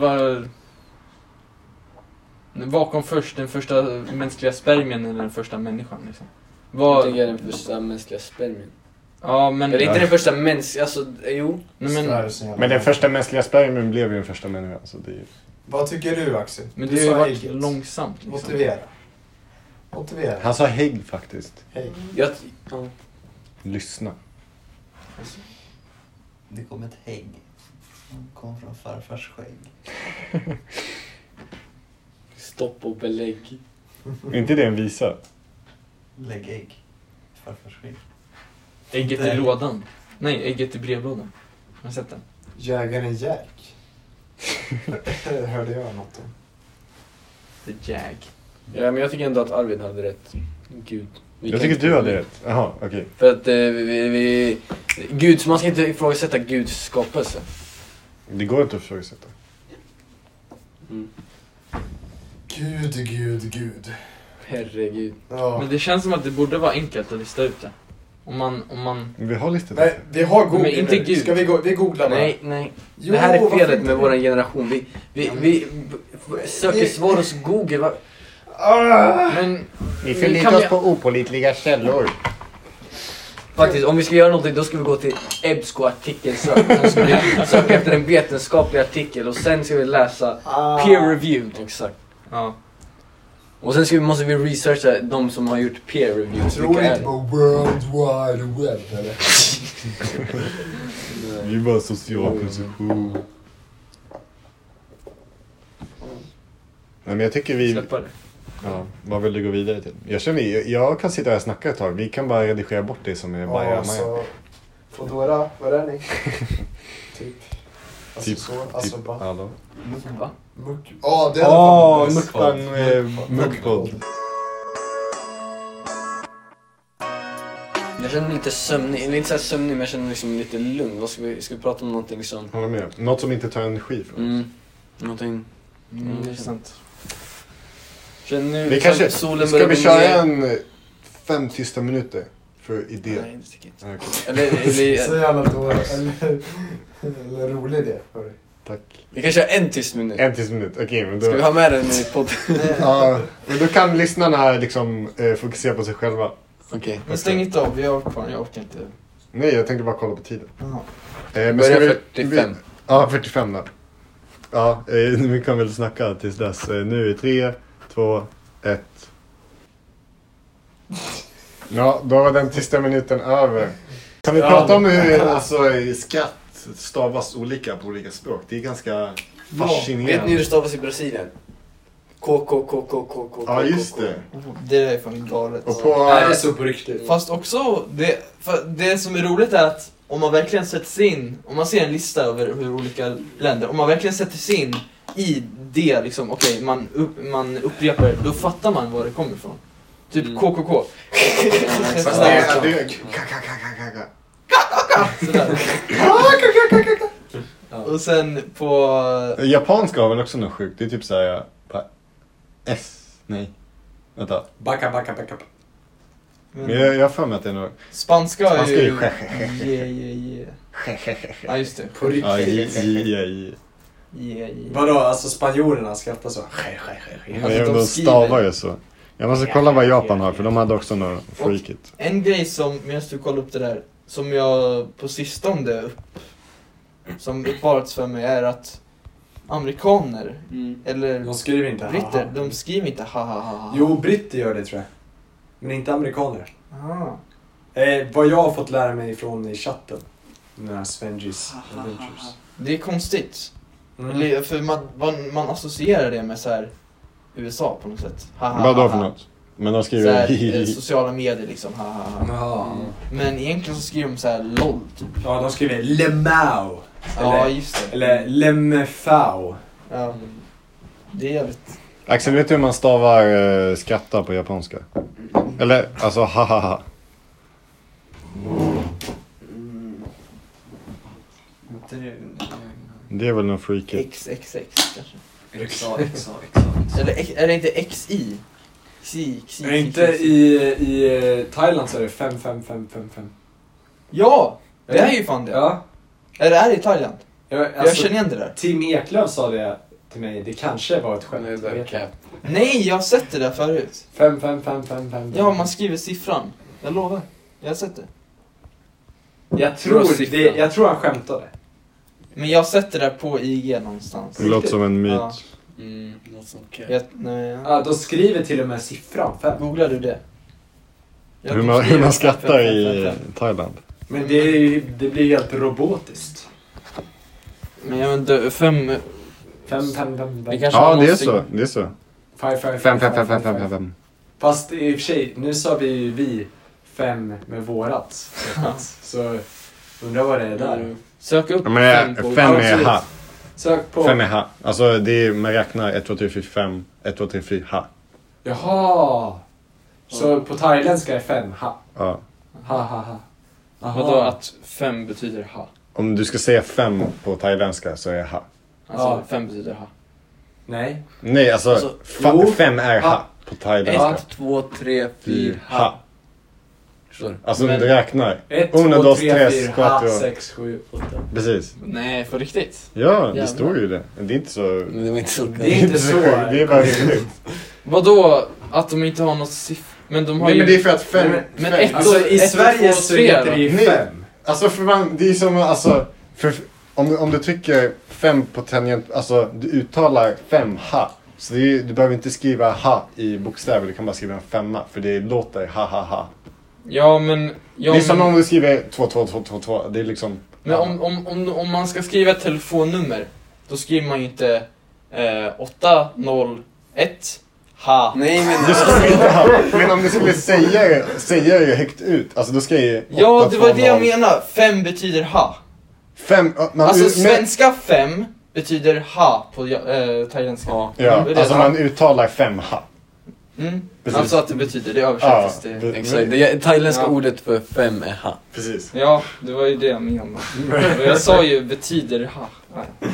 var kom först den första mänskliga spermien eller den första människan liksom? Jag tänker den första mänskliga spermien. Ja men... Eller inte den första mänskliga, alltså, jo. Nej, Men den första mänskliga spermien blev ju den första människan. Så det är ju... Vad tycker du, Axel? Men Du det har ju sa varit ägget. långsamt liksom. Motivera. Han sa hägg faktiskt. Hej. Ja. Lyssna. Det kom ett hägg. Det kom från farfars skägg. Stopp och belägg. Är inte det en visa? Lägg ägg. Farfars skägg. Ägget i lådan. Nej, ägget i brevlådan. Har du sett den? Jägaren Jack. Hörde jag något om. The Jag. Ja, men jag tycker ändå att Arvid hade rätt. Gud. Jag tycker du hade rätt. Jaha, okej. För att Gud, så man ska inte ifrågasätta Guds skapelse. Det går inte att ifrågasätta. Gud. Herregud. Ja. Men det känns som att det borde vara enkelt att lista ut det. Om man... Vi har listat. Nej, vi har Google Men inte nu. Gud. Ska vi googla bara? Nej. Jo, det här är varför felet inte? med vår generation. Vi söker svar hos Google. Va? Men... Vi kan förlitar vi- oss på opålitliga källor. Faktiskt, om vi ska göra någonting då ska vi gå till EBSCO artikelsök. Då ska vi söka efter en vetenskaplig artikel och sen ska vi läsa peer reviewed. Exakt. Ja. Och sen måste vi researcha de som har gjort peer reviews. Tror Vilka är inte det? på World Wide Web eller? Vi är bara social konstruktion. Nej, men jag tycker vi... Släppa det. Ja, vad vill du gå vidare till? Jag känner, jag kan sitta här och snacka ett tag. Vi kan bara redigera bort det som är Ja, bajamaja. så... Foodora, var är ni? Typ. Alltså Typ, så, alltså typ bara... Va? Va? Muck... Ja, det är mukbang, muckpodd. Jag känner mig lite sömnig, eller inte så här sömnig men jag känner mig liksom lite lugn. Vad ska vi prata om någonting liksom? Håller med. Något som inte tar energi från. Någonting. Det är sant. Känner nu... Vi kanske... solen Ska börjar vi gå köra ner. en 5 tysta minuter för idé? Nej, det tycker jag inte. Okej, Eller så jävla dåligt. Eller rolig idé. hörru. tack. vi kan köra en tyst minut. En tyst minut, okej men då... Ska vi ha med den i podden? Ja, men då kan lyssnarna liksom fokusera på sig själva. Okej. Men stäng inte av, vi har kvar, jag orkar inte. Nej, jag tänkte bara kolla på tiden. Jaha. Men Börja ska 45. Ja, 45 då. Ja, vi kan väl snacka tills dess. Nu är 3, 2, 1. Ja, då var den tysta minuten över. Kan vi prata om hur alltså, skratt stavas olika på olika språk? Det är ganska fascinerande. Vet ni hur det stavas i Brasilien? K. Ja, just det. Det är fan galet. Och på... Nej, det är så på riktigt. Fast också, det som är roligt är att om man verkligen sätter sig in, om man ser en lista över hur olika länder, om man verkligen sätter sig in i det liksom, okej, man upprepar det, då fattar man var det kommer ifrån. Typ KKK. Fast det är... Sådär. Och sen på... Japanska har väl också något sjukt. Det är typ såhär... S? Nej. Vänta. Backa. Men jag har för mig att det är nog... Spanska är ju... ju... Ja, just det. På riktigt. Yeah. Vadå, alltså spanjorerna skrattar så? De stavar ju så. Jag måste kolla vad Japan har, för de hade också något freakigt. En grej som, medan du kollar upp det där, som jag på sistone som uppenbarats för mig är att amerikaner, eller De skriver inte britter, de skriver inte ha. Jo, britter gör det tror jag. Men inte amerikaner. Aha. Vad jag har fått lära mig från i chatten. Den här Svenjis Adventures. Det är konstigt. Eller, för man associerar det med så här USA på något sätt. Vad då för något? Men de Så skriver... här, sociala medier liksom. Ja. Men egentligen så skriver de så här LOL typ. Ja, de skriver Lemao. Ja, just det. Eller Lemfao. Ja. Det är jävligt. Axel, vet du hur man stavar skratta på japanska? Eller, alltså ha. Det är väl någon freakigt. XXX kanske. Exakt. Eller är det inte XI? Xi. Inte i Thailand så är det 55555. Ja! Det är ju fan det. Ja. Är det här i Thailand? Jag Alltså, känner igen det där. Tim Eklöf sa det till mig. Det kanske var ett skämt. Det är cap. Nej, jag har sett det där förut. 55555. Ja, man skriver siffran. Jag lovar. Jag har sett det. Jag tror han skämtade. Men jag har sett det där på IG någonstans. Det låter som en myt. Ja. Något som cap. Ja, de skriver till och med siffran 5. Googlar du det? Hur man skrattar i Thailand. Men det blir helt robotiskt. Men jag vet inte, 5... 555. Vi kanske Ja, har det är någon så. Det är så. 5. Fast i och för sig, nu sa vi 5 med vårat. Så undrar vad det är där. Sök upp Ja, men 5 på... 5 är ha. Sök på... 5 är ha. Alltså det är, man räknar 1, 2, 3, 4, 5. 1, 2, 3, 4, ha. Jaha. Så på thailändska är 5 ha. Ja. Ha. Vadå att 5 betyder ha? Om du ska säga 5 på thailändska så är ha. Alltså Ja. 5 betyder ha. Nej. Nej, alltså jo. 5 är ha på thailändska. 1, 2, 3, 4, Ha. Förstår du? Alltså Men- du räknar. 1, 1, 2, 2, 3, 3, 4, 4, 5, 6, 7, 8. Precis. Nej, för riktigt. Ja, det Jävlar. står ju det. Det är inte så... Men det var inte så Det är inte så. Det är bara roligt. Vadå? Att de inte har något siffra? Men de har Nej, ju... men det är för att 5... Men ett- Alltså i Ett, Sverige två, så tre, heter det ju Nej. 5. Alltså för man, det är som alltså... För, om du trycker 5 på tangent... Alltså du uttalar 5 ha. Så det är, du behöver inte skriva ha i bokstäver. Du kan bara skriva en 5. För det låter ha. Ja, men... Ja, det är som men, om du skriver 2. Det är liksom... men om man ska skriva ett telefonnummer, då skriver man ju inte 801 ha. Nej, men... Du skulle inte ha. Men om du skulle säga det högt ut. Alltså då ska jag ju... Ja, det var det jag menar. 5 betyder ha. 5... Alltså svenska 5 betyder ha på thailändska. Ja. Ja, Det är alltså ha. man uttalar 5 ha. Precis. Alltså att det betyder, det översätts till... Exakt, det thailändska Ja. ordet för 5 är ha. Precis. Ja, det var ju det jag menade. Och jag sa ju betyder ha. Nej.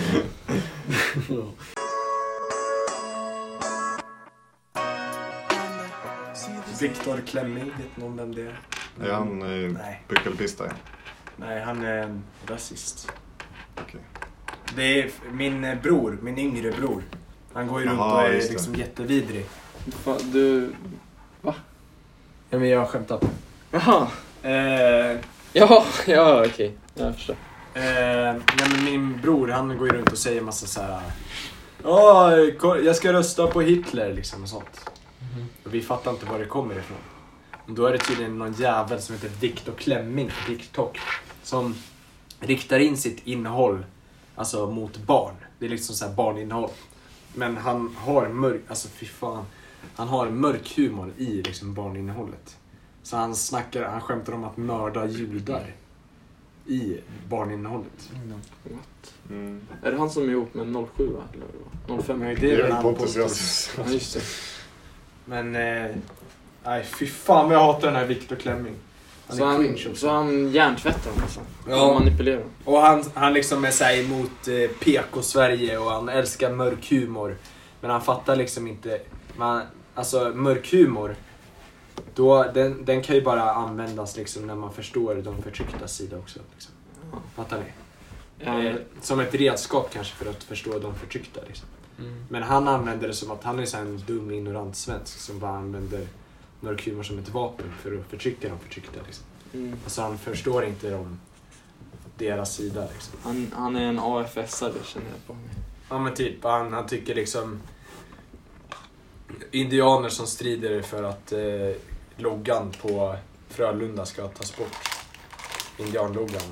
Viktor Klemming, vet någon vem det är? Är han Nej. puckelpistare? Nej, han är en rasist. Okej. Det är min yngre bror. Han går ju runt Jaha, och är just det. liksom jättevidrig. Fan, du... Ja, men jag skämtar. Jaha. Eh, Ja, okej. Jag förstår. nej, men min bror, han går ju runt och säger massa så här. Ja, jag ska rösta på Hitler liksom och sånt. Och vi fattar inte var det kommer ifrån. Och då är det tydligen någon jävel som heter Viktor Klemming på TikTok som riktar in sitt innehåll alltså mot barn. Det är liksom så här barninnehåll. Men han har han har mörk humor i liksom barninnehållet. Så han skämtar om att mörda judar i barninnehållet. Mm. Är det han som är ihop med 07 va? Eller 05? Nej, Det det är är väl väl han Pontus påstår. Rasmus. Ja, just det. Men nej, fy fan vad jag hatar den här Viktor Klemming. Han Så är han, cringe också. så han hjärntvättar alltså. Ja. Och manipulerar. Och han liksom är såhär emot PK-Sverige och han älskar mörk humor. Men han fattar liksom inte. Alltså mörk humor Då, den kan ju bara användas liksom när man förstår de förtryckta sida också. Liksom. Fattar ni? Som ett redskap kanske för att förstå de förtryckta. Liksom. Men han använder det som att han är så en dum ignorant svensk som bara använder mörk humor som ett vapen för att förtrycka de förtryckta. Liksom. Alltså han förstår inte deras sida. Liksom. Han är en AFS-are, känner jag på mig. Ja men typ, han tycker liksom indianer som strider för att loggan på Frölunda ska tas bort. Indianloggan.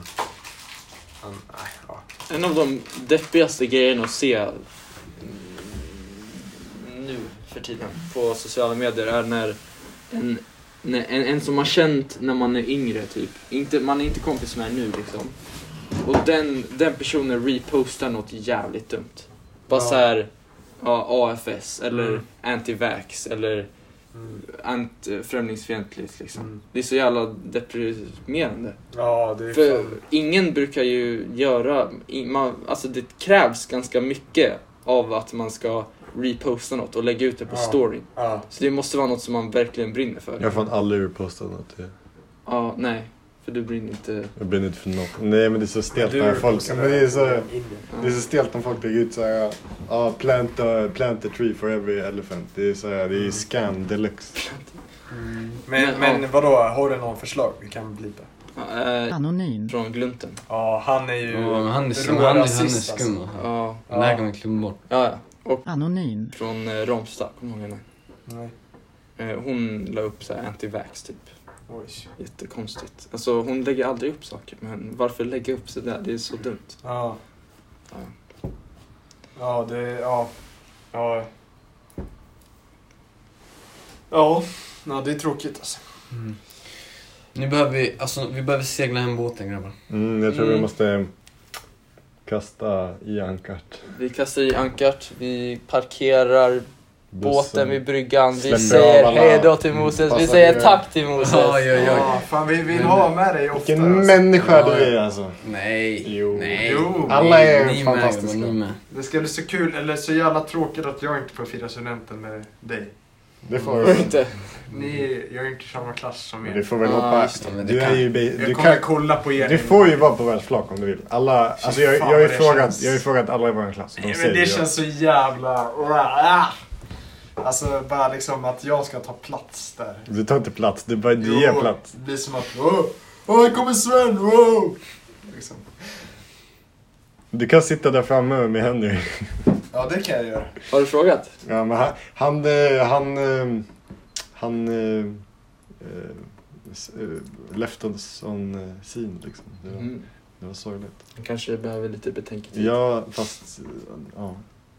En av de deppigaste grejerna att se nu för tiden på sociala medier är när en som har känt när man är yngre typ. Man är inte kompis med nu liksom. Och den personen repostar något jävligt dumt. Bara så här, AFS eller anti-vax eller främlingsfientligt liksom. Det är så jävla deprimerande. Ja, det är för ingen brukar ju göra alltså det krävs ganska mycket av att man ska reposta något och lägga ut det på storyn. Så det måste vara något som man verkligen brinner för. Jag har fan aldrig repostat något. Ja, nej. För du brinner inte... Jag brinner inte för något. Nej, men det är så stelt när folk... Men det är så stelt när folk lägger ut så här... plant a tree for every elephant. Det är så här, det är scam deluxe. Men vadå, har du någon förslag vi kan blipa? Anonym. Från Glunten. Ja, han är ju... han är skum. Ja. Det här kan man klumma bort. Ja. Och Anonym. från Romstad, kommer du ihåg henne? Nej. Hon la upp så här anti-vax typ. Oj. Jättekonstigt. Alltså hon lägger aldrig upp saker, men varför lägga upp så där? Det är så dumt. Ja, det är tråkigt alltså. Nu behöver vi behöver segla hem båten, grabbar. Jag tror vi måste kasta i ankart. Vi kastar i ankart, vi parkerar båten vid bryggan. Vi Släpper säger av alla hej då till Moses. Vi säger tack till Moses. Ja, fan vi vill ha med dig ofta. Vilken människa du är alltså. Nej. Jo. Alla är fantastiska. Det ska bli så kul, eller så jävla tråkigt att jag inte får fira studenten med dig. Det får du inte. Jag är inte i samma klass som er. Du får väl hoppa. Du är ju jag kommer kolla på er. Du får ju vara på världsflak om du vill. Alla, alltså jag har ju frågat alla i vår klass. Nej, men det känns så jävla... Alltså bara liksom att jag ska ta plats där. Du tar inte plats, du ger plats. Det blir som att här kommer Sven, wow! Liksom. Du kan sitta där framme med Henry. Ja, det kan jag göra. Har du frågat? Ja, men han left us on scene liksom. Det var sorgligt. Han kanske behöver lite betänketid. Ja, fast ja.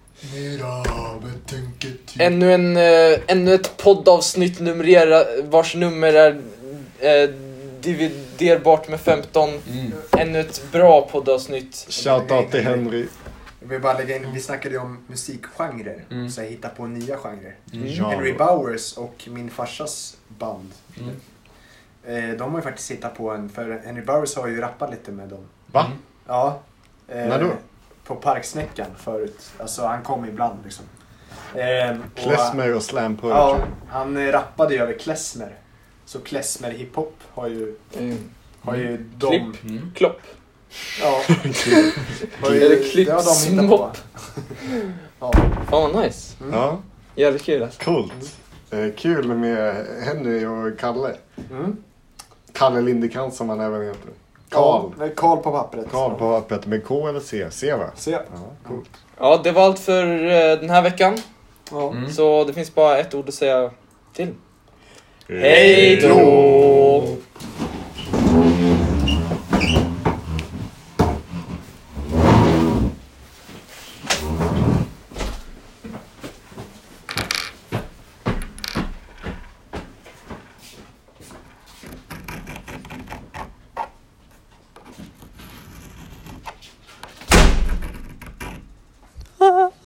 Ännu ett poddavsnitt vars nummer är dividerbart med 15. Ännu ett bra poddavsnitt. Shoutout till Henry. Jag vill bara lägga in, vi snackade ju om musikgenrer, så jag hittar på nya genrer. Ja. Henry Bowers och min farsas band. De har ju faktiskt hittat på för Henry Bowers har ju rappat lite med dem. Va? Ja. När då? På Parksnäckan förut. Alltså han kom ibland liksom. Klezmer och slam poetry. Ja, han rappade ju över Klezmer. Så Klezmer hiphop har ju de... Klopp. Ja. Är det klippsmopp? Ja. Fan vad nice. Ja. Jävligt kul alltså. Coolt. Kul med Henry och Kalle. Kalle Lindekrantz som han även heter. Karl på pappret. Karl på pappret med K eller C? C va? C. Ja, coolt. Ja, det var allt för den här veckan. Så det finns bara ett ord att säga till. Hej då!